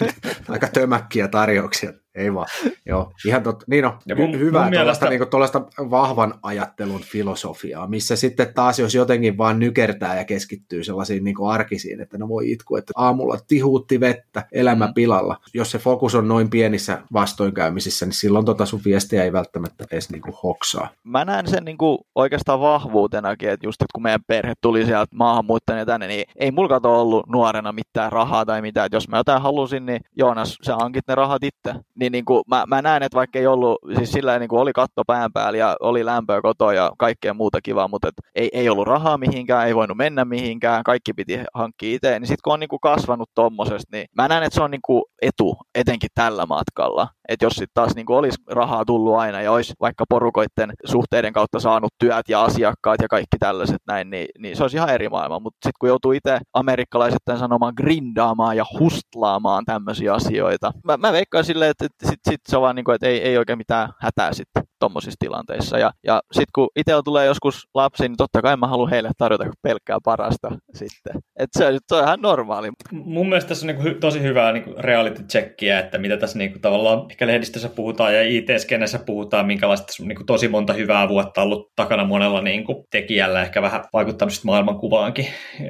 aika tömäkkiä tarjouksia. Ei vaan. Joo, ihan totta. Niin on, hyvä tuollaista vahvan ajattelun filosofiaa, missä sitten taas jos jotenkin vaan nykertää ja keskittyy sellaisiin niin kuin arkisiin, että no voi itku, että aamulla tihuutti vettä, elämä pilalla. Jos se fokus on noin pienissä vastoinkäymisissä, niin silloin sun viestiä ei välttämättä edes niin kuin hoksaa. Mä näen sen niin kuin oikeastaan vahvuutenakin, että just että kun meidän perhe tuli sieltä maahanmuuttajana tänne, niin ei mulla kato ollut nuorena mitään rahaa tai mitään. Että jos mä jotain halusin, niin Joonas, sä hankit ne rahat itse. Niin kuin mä näen, että vaikka ei ollut, siis sillä niin kuin oli katto pään päällä ja oli lämpöä kotoa ja kaikkea muuta kivaa, mutta ei ollut rahaa mihinkään, ei voinut mennä mihinkään, kaikki piti hankkia itse, niin sitten kun on niin kuin kasvanut tommosesta, niin mä näen, että se on niin kuin etu, etenkin tällä matkalla. Että jos sitten taas niin kuin olisi rahaa tullut aina ja olisi vaikka porukoiden suhteiden kautta saanut työt ja asiakkaat ja kaikki tällaiset näin, niin se olisi ihan eri maailma. Mutta sitten kun joutuu itse amerikkalaiset sanomaan grindaamaan ja hustlaamaan tämmöisiä asioita, mä veikkaan silleen, että sit se on vaan niin kuin, että ei oikein mitään hätää sitten tommosissa tilanteissa. Ja sitten kun itsellä tulee joskus lapsi, niin totta kai mä haluan heille tarjota pelkkää parasta sitten. Että se on ihan normaali. Mun mielestä tässä on niin tosi hyvää niin reality checkia, että mitä tässä niin tavallaan ehkä lehdistössä puhutaan ja IT-skenessä puhutaan, minkälaista niin tosi monta hyvää vuotta ollut takana monella niin tekijällä, ehkä vähän vaikuttanut sitten maailmankuvaankin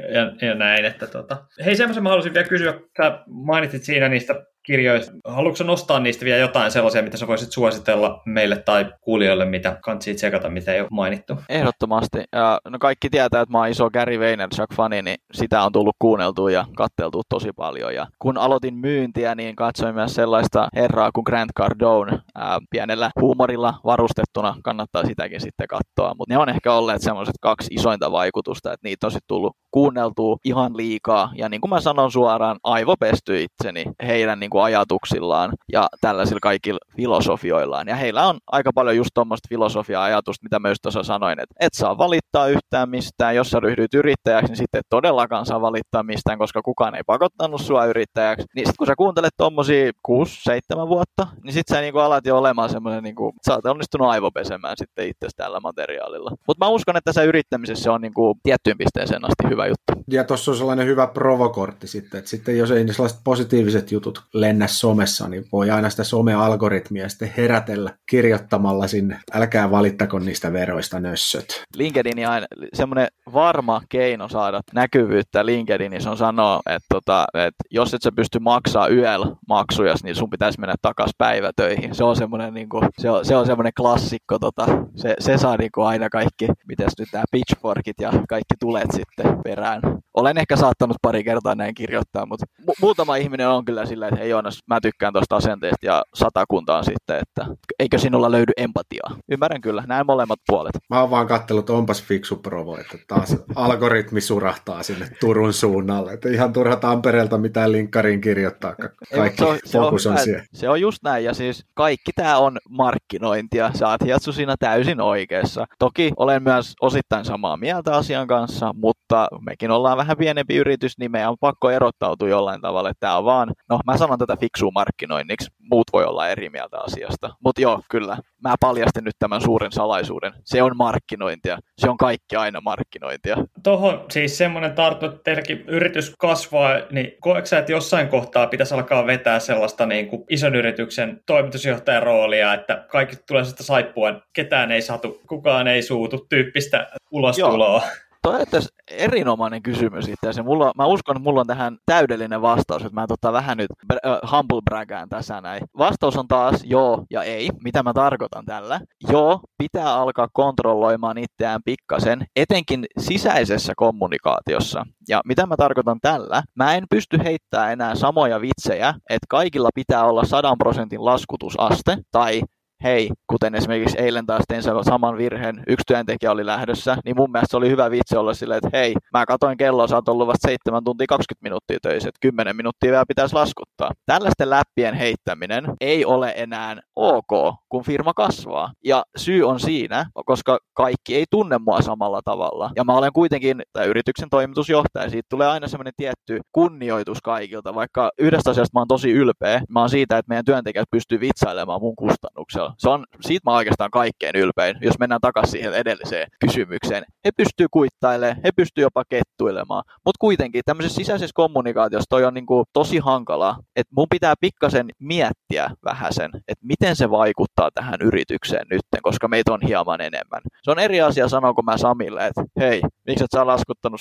ja näin. Että Hei, semmoisen mä haluaisin vielä kysyä, sä mainitsit siinä niistä kirjoista. Haluatko nostaa niistä vielä jotain sellaisia, mitä sä voisit suositella meille tai kuulijoille, mitä kannattaa tsekata, mitä ei ole mainittu? Ehdottomasti. No kaikki tietää, että mä oon iso Gary Vaynerchuk-fani, niin sitä on tullut kuunneltua ja katteltua tosi paljon. Ja kun aloitin myyntiä, niin katsoin myös sellaista herraa kuin Grant Cardone. Pienellä huumorilla varustettuna kannattaa sitäkin sitten katsoa. Mutta ne on ehkä olleet semmoiset 2 isointa vaikutusta, että niitä on sitten tullut kuunneltua ihan liikaa. Ja niin kuin mä sanon suoraan, aivopesty itseni heidän niin kuin ajatuksillaan ja tällaisilla kaikilla filosofioillaan. Ja heillä on aika paljon just tuommoista filosofia-ajatusta, mitä mä just tuossa sanoin, että et saa valittaa yhtään mistään. Jos sä ryhdyt yrittäjäksi, niin sitten et todellakaan saa valittaa mistään, koska kukaan ei pakottanut sua yrittäjäksi. Niin sitten kun sä kuuntelet tommosia 6-7 vuotta, niin sitten sä niinku alat jo olemaan semmoinen, niinku, sä oot onnistunut aivopesemään sitten itse tällä materiaalilla. Mutta mä uskon, että tässä yrittämisessä on niinku tiettyyn pisteeseen asti hyvä juttu. Ja tuossa on sellainen hyvä provokortti sitten, että sitten jos ei ne sellaiset positiiviset jutut lennä somessa, niin voi aina sitä some-algoritmia sitten herätellä kirjoittamalla sinne. Älkää valittako niistä veroista nössöt. LinkedIn on semmoinen varma keino saada näkyvyyttä LinkedInissä on sanoa, että jos et sä pysty maksaa yöllä maksuja, niin sun pitäisi mennä takaisin päivätöihin. Se on semmoinen niinku, se on semmoinen klassikko, se saa niinku aina kaikki, mites nyt nämä pitchforkit ja kaikki tulet sitten perään. Olen ehkä saattanut pari kertaa näin kirjoittaa, mutta muutama ihminen on kyllä silleen, että hei Joonas, mä tykkään tuosta asenteesta ja 100 kuntaan sitten, että eikö sinulla löydy empatiaa. Ymmärrän kyllä, näin molemmat puolet. Mä oon vaan katsellut, onpas fiksu provo, että taas algoritmi surahtaa sinne Turun suunnalle. Että ihan turha Tampereelta mitään linkkariin kirjoittaa. Kaikki fokus on siellä. Se on just näin, ja siis kaikki tää on markkinointia. Sä oot Hietsu siinä täysin oikeassa. Toki olen myös osittain samaa mieltä asian kanssa, mutta mekin ollaan vähän pienempi yritys, niin meidän on pakko erottautua jollain tavalla, että tää on vaan, no mä sanon tätä fiksua markkinoinniksi, muut voi olla eri mieltä asiasta. Mutta joo, kyllä, mä paljastin nyt tämän suuren salaisuuden. Se on markkinointia, se on kaikki aina markkinointia. Tuohon siis semmoinen tarttu, että teilläkin yritys kasvaa, niin koetko sä, että jossain kohtaa pitäisi alkaa vetää sellaista niin kuin ison yrityksen toimitusjohtajan roolia, että kaikki tulee sitä saippua, ketään ei satu, kukaan ei suutu tyyppistä ulostuloa? toi on erinomainen kysymys itse asiassa. Mä uskon, että mulla on tähän täydellinen vastaus, että mä vähän nyt humble braggaan tässä näin. Vastaus on taas joo ja ei. Mitä mä tarkoitan tällä? Joo, pitää alkaa kontrolloimaan itseään pikkasen, etenkin sisäisessä kommunikaatiossa. Ja mitä mä tarkoitan tällä? Mä en pysty heittämään enää samoja vitsejä, että kaikilla pitää olla 100% laskutusaste, tai hei, kuten esimerkiksi eilen taas tein saman virheen, yksi työntekijä oli lähdössä, niin mun mielestä se oli hyvä vitsi olla silleen, että hei, mä katoin kelloa, sä oot ollut vasta 7 tuntia 20 minuuttia töissä, että 10 minuuttia vielä pitäisi laskuttaa. Tällaisten läppien heittäminen ei ole enää ok, kun firma kasvaa. Ja syy on siinä, koska kaikki ei tunne mua samalla tavalla. Ja mä olen kuitenkin yrityksen toimitusjohtaja, siitä tulee aina semmoinen tietty kunnioitus kaikilta, vaikka yhdestä asiasta mä oon tosi ylpeä, mä oon siitä, että meidän työntekijät pystyy vitsailemaan mun kustannuksella. Siitä mä oikeastaan kaikkein ylpein, jos mennään takaisin siihen edelliseen kysymykseen. He pystyy kuittailemaan, he pystyy jopa kettuilemaan, mutta kuitenkin tämmöisessä sisäisessä kommunikaatiossa toi on niinku tosi hankalaa, että mun pitää pikkasen miettiä vähäsen, että miten se vaikuttaa tähän yritykseen nyt, koska meitä on hieman enemmän. Se on eri asia sanoa, kun mä Samille, että hei, miksi et sä laskuttanut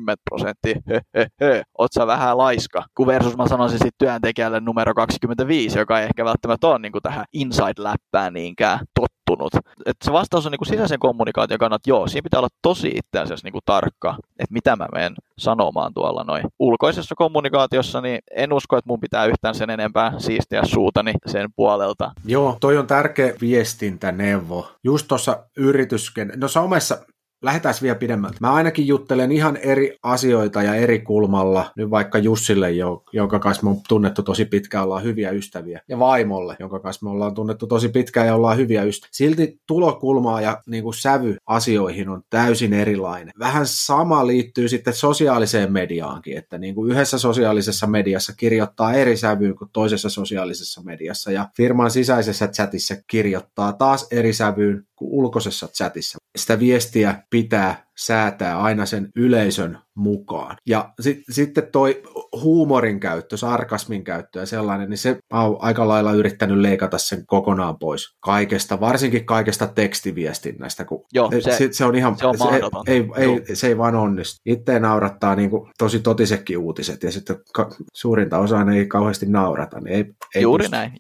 110%, oot sä vähän laiska, kun versus mä sanoisin sitten työntekijälle numero 25, joka ei ehkä välttämättä ole niinku tähän inside-läppään niinkään tottunut. Et se vastaus on niinku sisäisen kommunikaation kannalta, joo, siinä pitää olla tosi itse asiassa niinku tarkka, että mitä mä menen sanomaan tuolla noin. Ulkoisessa kommunikaatiossa, niin en usko, että mun pitää yhtään sen enempää siistiä suutani sen puolelta. Joo, toi on tärkeä viestintäneuvo. Just tuossa somessa lähdetään vielä pidemmältä. Mä ainakin juttelen ihan eri asioita ja eri kulmalla, nyt vaikka Jussille, jonka kanssa me on tunnettu tosi pitkään, ollaan hyviä ystäviä, ja vaimolle, jonka kanssa me ollaan tunnettu tosi pitkään ja ollaan hyviä ystäviä. Silti tulokulmaa ja niin kuin sävy asioihin on täysin erilainen. Vähän sama liittyy sitten sosiaaliseen mediaankin, että niin kuin yhdessä sosiaalisessa mediassa kirjoittaa eri sävyyn kuin toisessa sosiaalisessa mediassa, ja firman sisäisessä chatissa kirjoittaa taas eri sävyyn kuin ulkoisessa chatissa. Sitä viestiä pitää säätää aina sen yleisön mukaan. Ja sitten toi huumorin käyttö, sarkasmin käyttö ja sellainen, niin se on aika lailla yrittänyt leikata sen kokonaan pois kaikesta, varsinkin kaikesta tekstiviestinnästä. Kun joo, se on ihan, se on mahdoton. Se ei vaan onnistu. Itse naurattaa niin kuin tosi totisetkin uutiset ja sitten suurinta osaa ne ei kauheasti naurata. Niin ei juuri pysty. näin.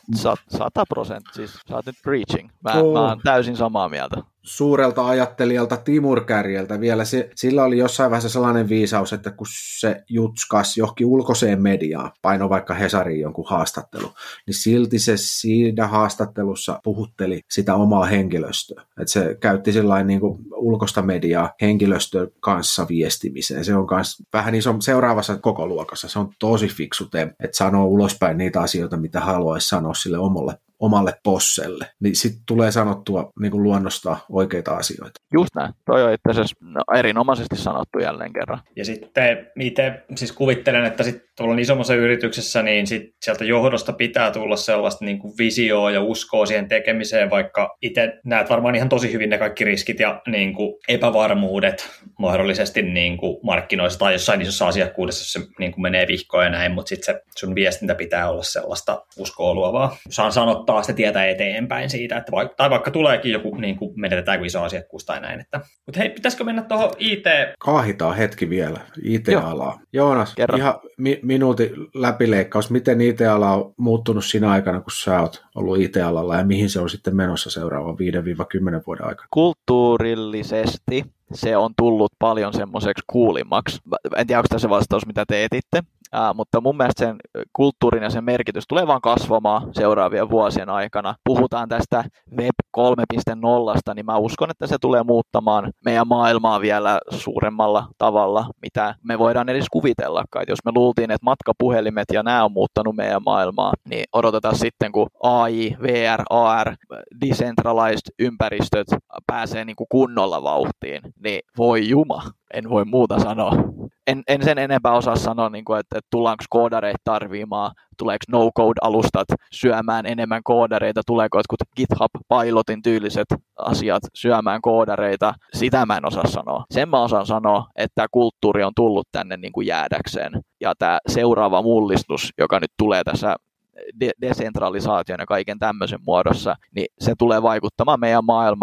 100%. Siis sä oot nyt preaching. Mä oon täysin samaa mieltä. Suurelta ajattelijalta Timur Kärjeltä vielä, sillä oli jossain vaiheessa sellainen viisaus, että kun se jutskas johonkin ulkoiseen mediaan, paino vaikka Hesariin jonkun haastattelu, niin silti se siinä haastattelussa puhutteli sitä omaa henkilöstöä. Että se käytti sellainen niin kuin ulkoista mediaa henkilöstön kanssa viestimiseen. Se on myös vähän iso seuraavassa koko luokassa. Se on tosi fiksu että sanoo ulospäin niitä asioita, mitä haluaisi sanoa sille omalle bosselle, niin sitten tulee sanottua niin kuin luonnostaan oikeita asioita. Just näin. Toi on itse asiassa erinomaisesti sanottu jälleen kerran. Ja sitten itse siis kuvittelen, että sitten tuolla isommassa yrityksessä, niin sit sieltä johdosta pitää tulla sellaista niin kuin visioa ja uskoa siihen tekemiseen, vaikka itse näet varmaan ihan tosi hyvin ne kaikki riskit ja niin kuin epävarmuudet mahdollisesti niin kuin markkinoissa tai jossain isossa asiakkuudessa se niin kuin menee vihkoon ja näin, mutta sitten se sun viestintä pitää olla sellaista uskoa luovaa. Saan sanottaa sitä tietä eteenpäin siitä, että vaikka tuleekin joku, niin kuin menetetäänkö iso asiakkuus tai näin. Mutta hei, pitäisikö mennä tuohon IT? Kaahitaan hetki vielä IT-alaa. Joonas, kerro. Ihan minuutin läpileikkaus. Miten IT-ala on muuttunut siinä aikana, kun sä oot ollut IT-alalla ja mihin se on sitten menossa seuraavan 5-10 vuoden aikana? Kulttuurillisesti se on tullut paljon semmoiseksi kuulimmaksi. En tiedä, onko tässä vastaus, mitä te etitte. Mutta mun mielestä sen kulttuurin ja sen merkitys tulee vaan kasvamaan seuraavien vuosien aikana. Puhutaan tästä Web 3.0, niin mä uskon, että se tulee muuttamaan meidän maailmaa vielä suuremmalla tavalla, mitä me voidaan edes kuvitellakaan. Et jos me luultiin, että matkapuhelimet ja nämä on muuttanut meidän maailmaa, niin odotetaan sitten, kun AI, VR, AR, decentralized ympäristöt pääsee niin kuin kunnolla vauhtiin, niin voi juma, en voi muuta sanoa. En sen enempää osaa sanoa, että tullaanko koodareita tarvimaan, tuleeko no-code-alustat syömään enemmän koodareita, tuleeko jotkut GitHub-pilotin tyyliset asiat syömään koodareita. Sitä mä en osaa sanoa. Sen mä osaan sanoa, että tämä kulttuuri on tullut tänne niin kuin jäädäkseen. Ja tämä seuraava mullistus, joka nyt tulee tässä desentralisaation ja kaiken tämmöisen muodossa, niin se tulee vaikuttamaan meidän maailmaan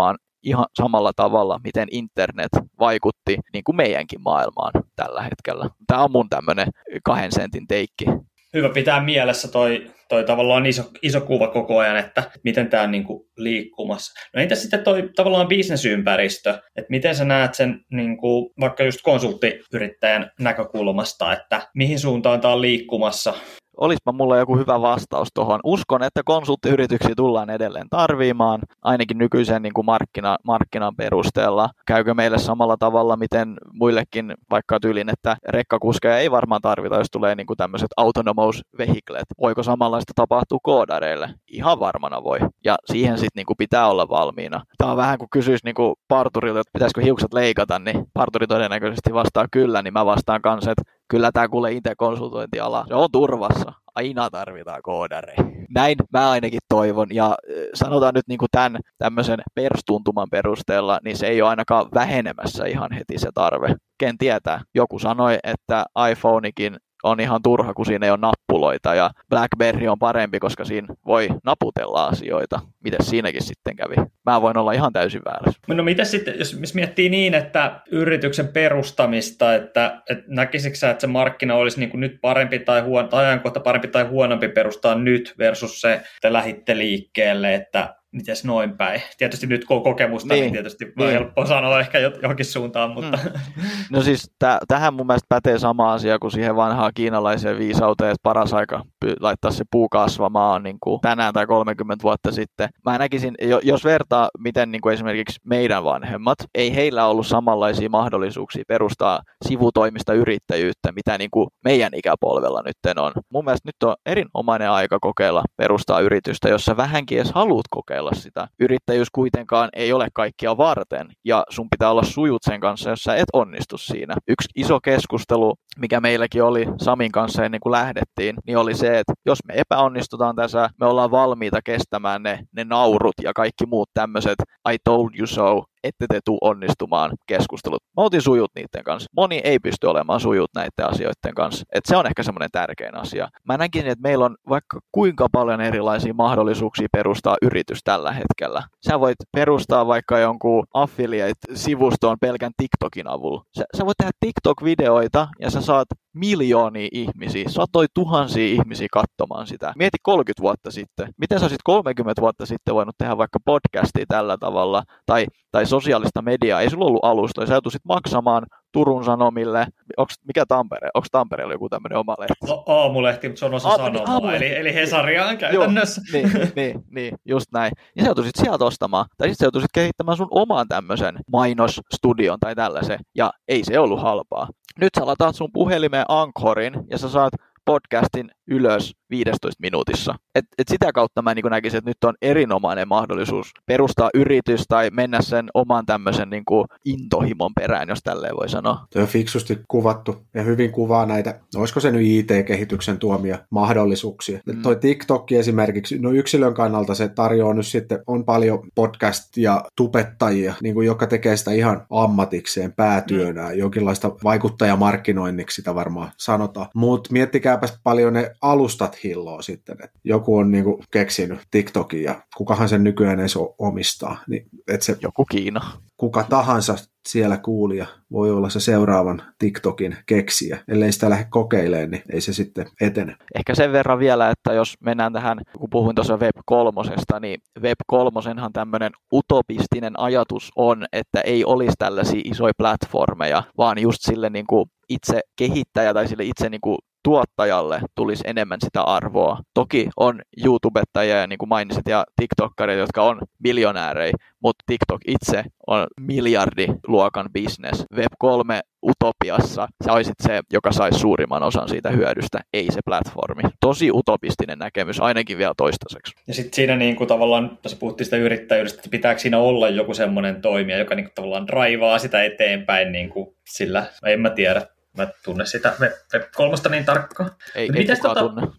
ihan samalla tavalla, miten internet vaikutti niin kuin meidänkin maailmaan tällä hetkellä. Tämä on mun tämmöinen 2 sentin teikki. Hyvä pitää mielessä toi tavallaan iso kuva koko ajan, että miten tämä on niin kuin liikkumassa. No entäs sitten toi tavallaan bisnesympäristö, että miten sä näet sen niin kuin, vaikka just konsulttiyrittäjän näkökulmasta, että mihin suuntaan tämä on liikkumassa? Olispa mulla joku hyvä vastaus tuohon. Uskon, että konsulttiyrityksiä tullaan edelleen tarvimaan, ainakin nykyisen niin kuin markkinan perusteella. Käykö meille samalla tavalla, miten muillekin, vaikka tyylin, että rekkakuskeja ei varmaan tarvita, jos tulee niin kuin tämmöiset autonomous vehiclet. Voiko samanlaista tapahtua koodareille? Ihan varmana voi. Ja siihen sitten niin kuin pitää olla valmiina. Tämä on vähän kuin kysyisi niin kuin parturilta, että pitäisikö hiukset leikata, niin parturi todennäköisesti vastaa kyllä, niin mä vastaan kanssa, että kyllä tämä kuulee IT-konsultointiala. Se on turvassa. Aina tarvitaan koodareja. Näin mä ainakin toivon. Ja sanotaan nyt niin kuin tämän tämmöisen perstuntuman perusteella, niin se ei ole ainakaan vähenemässä ihan heti se tarve. Ken tietää. Joku sanoi, että iPhonekin on ihan turha, kun siinä ei ole nappuloita, ja BlackBerry on parempi, koska siinä voi naputella asioita. Miten siinäkin sitten kävi? Mä voin olla ihan täysin väärässä. No miten sitten, jos miettii niin, että yrityksen perustamista, että näkisikö sä, että se markkina olisi niin kuin nyt parempi tai ajankohta parempi tai huonompi perustaa nyt versus se, että lähditte liikkeelle, että mites noin päin? Tietysti nyt kun on kokemusta, niin tietysti on helppo sanoa ehkä johonkin suuntaan, mutta... No siis tähän mun mielestä pätee sama asia kuin siihen vanhaan kiinalaiseen viisauteen, että paras aika laittaa se puu kasvamaan niin kuin tänään tai 30 vuotta sitten. Mä näkisin, jos vertaa, miten niin kuin esimerkiksi meidän vanhemmat, ei heillä ollut samanlaisia mahdollisuuksia perustaa sivutoimista yrittäjyyttä, mitä niin kuin meidän ikäpolvella nyt on. Mun mielestä nyt on erinomainen aika kokeilla perustaa yritystä, jossa vähänkin edes haluat kokeilla sitä. Yrittäjyys kuitenkaan ei ole kaikkia varten, ja sun pitää olla sujut sen kanssa, jos sä et onnistu siinä. Yksi iso keskustelu, mikä meilläkin oli Samin kanssa ennen kuin lähdettiin, niin oli se, että jos me epäonnistutaan tässä, me ollaan valmiita kestämään ne naurut ja kaikki muut tämmöiset I told you so, ette te tule onnistumaan keskustelut. Mä otin sujut niiden kanssa. Moni ei pysty olemaan sujut näiden asioiden kanssa. Et se on ehkä semmoinen tärkein asia. Mä näkisin, että meillä on vaikka kuinka paljon erilaisia mahdollisuuksia perustaa yritys tällä hetkellä. Sä voit perustaa vaikka jonkun affiliate-sivuston pelkän TikTokin avulla. Sä voit tehdä TikTok-videoita ja sä saat miljoonia ihmisiä, satoi tuhansia ihmisiä katsomaan sitä. Mieti 30 vuotta sitten. Miten sä olisit 30 vuotta sitten voinut tehdä vaikka podcastia tällä tavalla tai sosiaalista mediaa? Ei sulla ollut alustoja. Sä joutuisit maksamaan Turun Sanomille. Mikä Tampere? Onko Tampereella joku tämmöinen oma lehti? Aamulehti, mutta se on osa Sanomaa. Eli Hesaria käytännössä. Niin, just näin. Ja sä joutuisit sieltä ostamaan. Tai sitten sä joutuisit kehittämään sun oman tämmöisen mainosstudion tai tällaisen. Ja ei se ollut halpaa. Nyt sä lataat sun puhelimeen Anchorin ja sä saat podcastin ylös 15 minuutissa. Et sitä kautta mä niin näkisin, että nyt on erinomainen mahdollisuus perustaa yritys tai mennä sen oman tämmöisen niin intohimon perään, jos tälleen voi sanoa. Tuo on fiksusti kuvattu ja hyvin kuvaa näitä, olisiko se nyt IT-kehityksen tuomia mahdollisuuksia. Toi TikTok esimerkiksi, no yksilön kannalta se tarjoaa nyt sitten, on paljon podcast- ja tubettajia, niin kuin, jotka tekee sitä ihan ammatikseen päätyönään, jonkinlaista vaikuttajamarkkinoinniksi sitä varmaan sanotaan. Mutta miettikääpäs paljon ne alustat hilloo sitten, että joku on niinku keksinyt TikTokin ja kukahan sen nykyään edes omistaa. Niin, että se, joku Kiina. Kuka tahansa siellä kuulija voi olla se seuraavan TikTokin keksijä. Ellei sitä lähde kokeilemaan, niin ei se sitten etene. Ehkä sen verran vielä, että jos mennään tähän, kun puhuin tuossa Web3, niin Web3 tämmöinen utopistinen ajatus on, että ei olisi tällaisia isoja platformeja, vaan just sille niin kuin itse kehittäjä tai sille itse niin kuin tuottajalle tulisi enemmän sitä arvoa. Toki on YouTubettajia ja niin kuin mainitsit ja TikTokkareita, jotka on miljonäärejä, mutta TikTok itse on miljardiluokan business. Web3 utopiassa sä olisit se, joka saisi suurimman osan siitä hyödystä, ei se platformi. Tosi utopistinen näkemys, ainakin vielä toistaiseksi. Ja sitten siinä niin kuin tavallaan, tässä puhuttiin sitä yrittäjyydestä, että pitääkö siinä olla joku semmoinen toimija, joka niin kuin tavallaan draivaa sitä eteenpäin niin kuin sillä, en mä tiedä. Mä tunne sitä Web3 niin tarkkaan. Ei kukaan tunne.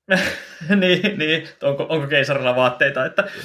niin. Onko keisarilla vaatteita?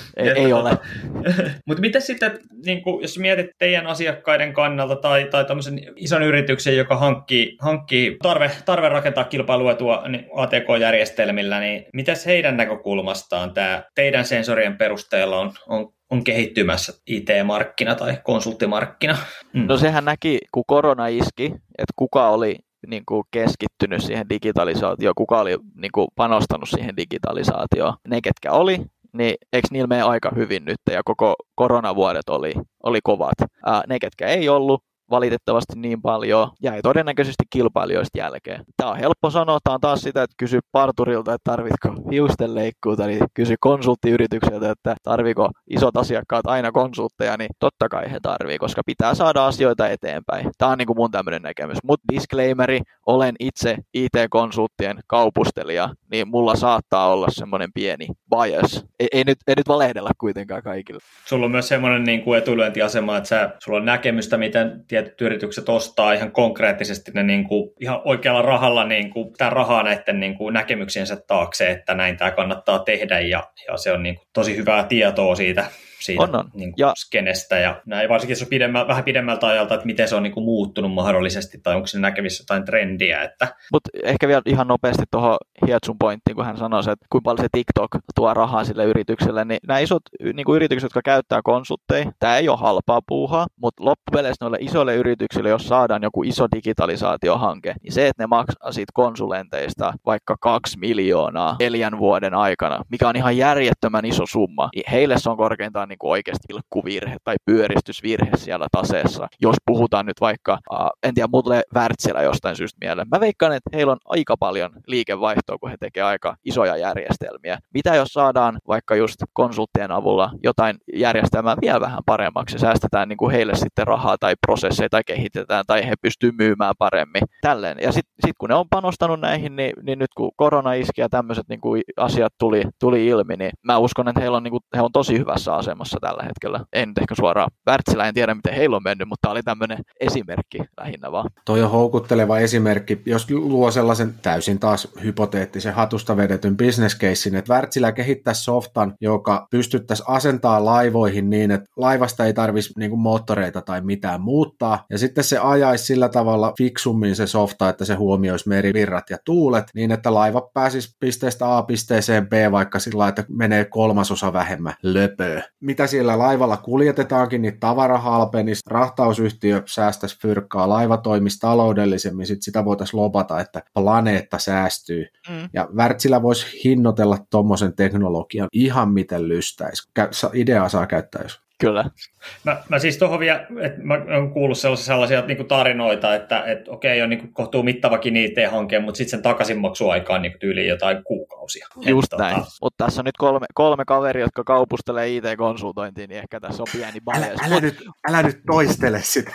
Ei ole. Mutta miten sitten, niin jos mietit teidän asiakkaiden kannalta tai tämmöisen ison yrityksen, joka hankkii tarve rakentaa kilpailuetua niin ATK-järjestelmillä, niin mitäs heidän näkökulmastaan tämä teidän sensorien perusteella on kehittymässä IT-markkina tai konsulttimarkkina? No sehän näki, kun korona iski, että kuka oli niin kuin keskittynyt siihen digitalisaatioon, kuka oli niin kuin panostanut siihen digitalisaatioon. Ne, ketkä oli, niin eikö niillä mene aika hyvin nyt, ja koko koronavuodet oli kovat. Ne, ketkä ei ollut, valitettavasti niin paljon, jäi todennäköisesti kilpailijoista jälkeen. Tämä on helppo sanoa, tämä on taas sitä, että kysy parturilta, että tarvitko hiustenleikkuuta, niin kysy konsulttiyritykseltä, että tarviko isot asiakkaat aina konsultteja, niin totta kai he tarvii, koska pitää saada asioita eteenpäin. Tämä on niin kuin mun tämmöinen näkemys. Mutta disclaimeri, olen itse IT-konsulttien kaupustelija, niin mulla saattaa olla semmoinen pieni bias. Ei nyt valehdella kuitenkaan kaikille. Sulla on myös semmoinen niin kuin etulyöntiasema, että sulla on näkemystä, miten tietyt yritykset ostaa ihan konkreettisesti ne niin kuin, ihan oikealla rahalla niin kuin, tämä rahaa näiden niin kuin, näkemyksiensä taakse, että näin tämä kannattaa tehdä ja se on niin kuin, tosi hyvää tietoa siitä on. Niin kuin, skenestä ja näin, varsinkin se on vähän pidemmältä ajalta, että miten se on niin kuin, muuttunut mahdollisesti tai onko se näkevissä jotain trendiä. Mutta ehkä vielä ihan nopeasti tuohon Hietsun pointtiin, kun hän sanoi, että kuinka paljon se TikTok tuo rahaa sille yritykselle, niin nämä isot niin kuin yritykset, jotka käyttää konsultteja, tämä ei ole halpaa puuhaa, mutta loppupeleissä noille isoille yrityksille, jos saadaan joku iso digitalisaatiohanke, niin se, että ne maksaa siitä konsulenteista vaikka 2 miljoonaa 4 vuoden aikana, mikä on ihan järjettömän iso summa, niin heille se on korkeintaan niin kuin oikeasti ilkkuvirhe tai pyöristysvirhe siellä taseessa. Jos puhutaan nyt vaikka, en tiedä, mulle Wärtsilä jostain syystä mieleen. Mä veikkaan, että heillä on aika paljon liikevaihtoa, kun he tekevät aika isoja järjestelmiä. Mitä jos saadaan vaikka just konsulttien avulla jotain järjestelmää vielä vähän paremmaksi ja säästetään niin kuin heille sitten rahaa tai prosesseja tai kehitetään tai he pystyvät myymään paremmin. Tälleen. Ja sitten kun ne on panostanut näihin, niin nyt kun korona iski ja tämmöiset niin kuin asiat tuli ilmi, niin mä uskon, että he on tosi hyvässä asemassa tällä hetkellä. En nyt ehkä suoraan Wärtsilä, en tiedä miten heillä on mennyt, mutta tämä oli tämmöinen esimerkki lähinnä vaan. Toi on houkutteleva esimerkki, jos luo sellaisen täysin taas hypoteettisen hatusta vedetyn business casein, että Wärtsilä kehittäisi softan, joka pystyttäisiin asentaa laivoihin niin, että laivasta ei tarvitsisi niin kuin moottoreita tai mitään muuttaa, ja sitten se ajaisi sillä tavalla fiksummin se softa, että se huomioisi merivirrat ja tuulet, niin että laiva pääsisi pisteestä A pisteeseen B vaikka sillä, että menee 1/3 vähemmän löpöä. Mitä siellä laivalla kuljetetaankin, niin tavara halpenisi, rahtausyhtiö säästäisi fyrkkaa, laiva toimisi taloudellisemmin, sitten sitä voitaisiin lopata, että planeetta säästyy. Ja Wärtsilä voisi hinnoitella tommosen teknologian ihan miten lystäisi. Ideaa saa käyttää, jos. Kyllä. Mä siis tuohon vielä, että mä oon kuullut sellaisia niin kuin tarinoita, että okei, on niin kuin kohtuu mittavakin IT-hanke, mutta sitten sen takaisinmaksuaika on niin kuin tyyliin jotain kuukausia. Just näin. Mutta tässä on nyt kolme kaveria, jotka kaupustelee IT-konsultointiin, niin ehkä tässä on pieni bias. Älä nyt toistele sitä.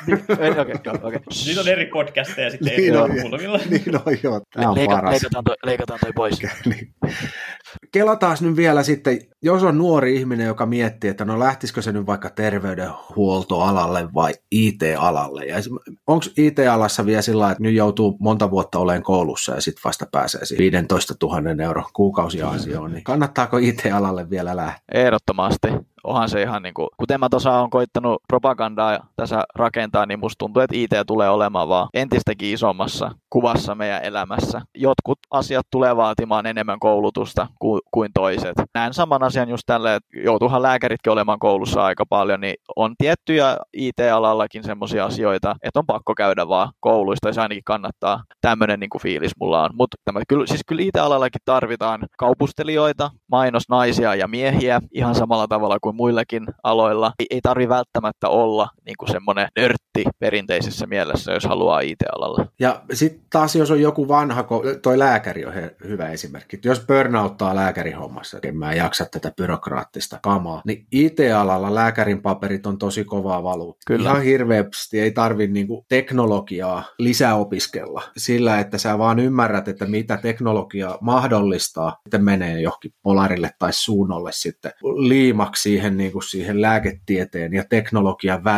Okay. Nyt on eri podcasteja sitten niin eri kuuluvilla. Niin on joo, tämä on paras. Leikataan toi pois. Niin. Kelataan nyt vielä sitten, jos on nuori ihminen, joka miettii, että no lähtisikö se nyt vaikka terveydenhuoltoalalle vai IT-alalle. Ja onko IT-alassa vielä sillä lailla, että nyt joutuu monta vuotta olemaan koulussa ja sitten vasta pääsee 15 000 euron kuukausiansioon, niin kannattaako IT-alalle vielä lähteä? Ehdottomasti. Onhan se ihan niin kuin, kuten mä tuossa olen koittanut propagandaa tässä rakentaa, niin musta tuntuu, että IT tulee olemaan vaan entistäkin isommassa kuvassa meidän elämässä. Jotkut asiat tulee vaatimaan enemmän koulutusta kuin toiset. Näen saman asian just tälleen, että joutuuhan lääkäritkin olemaan koulussa aika paljon, niin on tiettyjä IT-alallakin semmoisia asioita, että on pakko käydä vaan kouluista, ja se ainakin kannattaa. Tämmöinen niin kuin fiilis mulla on. Mutta kyllä IT-alallakin tarvitaan kaupustelijoita, mainosnaisia ja miehiä ihan samalla tavalla kuin muillakin aloilla. Ei tarvitse välttämättä olla niin kuin semmoinen nörtti perinteisessä mielessä, jos haluaa IT-alalla. Ja sitten taas, jos on joku vanha, toi lääkäri on hyvä esimerkki. Jos burnouttaa lääkärihommassa, että mä en jaksa tätä byrokraattista kamaa, niin IT-alalla lääkärin paperit on tosi kovaa valuutta. Ihan hirveästi ei tarvitse niinku teknologiaa lisäopiskella sillä, että sä vaan ymmärrät, että mitä teknologia mahdollistaa, sitten menee johonkin polarille tai suunnolle sitten liimaksi siihen lääketieteen ja teknologian välille.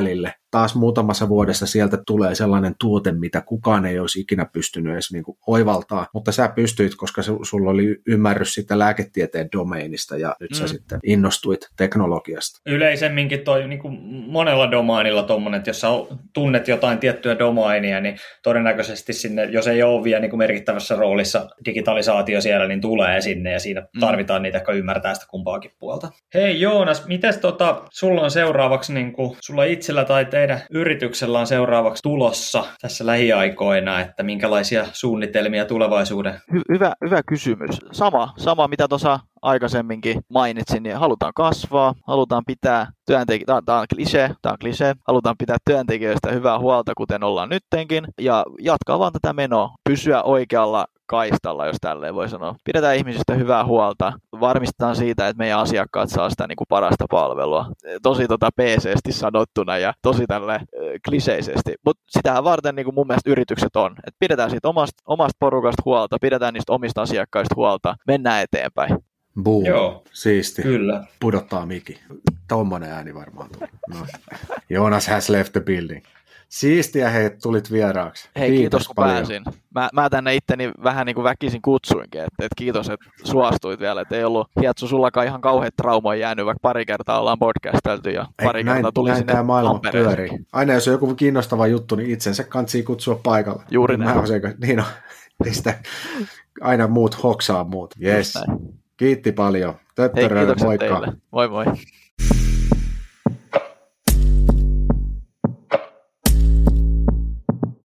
taas muutamassa vuodessa sieltä tulee sellainen tuote, mitä kukaan ei olisi ikinä pystynyt edes niin kuin oivaltaa, mutta sä pystyit, koska sulla oli ymmärrys siitä lääketieteen domeinista ja nyt sä sitten innostuit teknologiasta. Yleisemminkin toi niin kuin monella domainilla tommonen, että jos sä tunnet jotain tiettyä domainia, niin todennäköisesti sinne, jos ei ole vielä niin kuin merkittävässä roolissa digitalisaatio siellä, niin tulee sinne ja siinä tarvitaan niitä, jotka ymmärtää sitä kumpaakin puolta. Hei Joonas, mites sulla on seuraavaksi, niin kuin, sulla itsellä tai teidän yrityksellä on seuraavaksi tulossa tässä lähiaikoina, että minkälaisia suunnitelmia tulevaisuuden? Hyvä kysymys. Sama mitä tuossa aikaisemminkin mainitsin, niin halutaan kasvaa, halutaan pitää työntekijöistä, tämä on klisee, halutaan pitää työntekijöistä hyvää huolta, kuten ollaan nyttenkin, ja jatkaa vaan tätä menoa, pysyä oikealla kaistalla, jos tälleen voi sanoa. Pidetään ihmisistä hyvää huolta, varmistetaan siitä, että meidän asiakkaat saa sitä niin kuin parasta palvelua. Tosi PC-sti sanottuna ja tosi tälle kliseisesti. Mutta sitähän varten niin kuin mun mielestä yritykset on. Et pidetään siitä omasta porukasta huolta, pidetään niistä omista asiakkaista huolta, mennään eteenpäin. Boom. Joo, siisti. Kyllä. Pudottaa miki. Tommonen ääni varmaan tuli. No. Jonas has left the building. Siistiä, hei, tulit vieraaksi. Hei, kiitos kun paljon pääsin. Mä tänne itteni vähän niin kuin väkisin kutsuinkin, että kiitos, että suostuit vielä, että ei ollut Hietsu sullakaan ihan kauheat traumoja jäänyt, vaikka pari kertaa ollaan podcasteltu ja pari kertaa tuli sinne tämä maailma pyörii. Aina jos on joku kiinnostava juttu, niin itsensä kantsii kutsua paikalle. Juuri näin. Niin on, aina muut hoksaa muut. Yes. Kiitti paljon. Hei, kiitokset moikka. teille. Moi moi.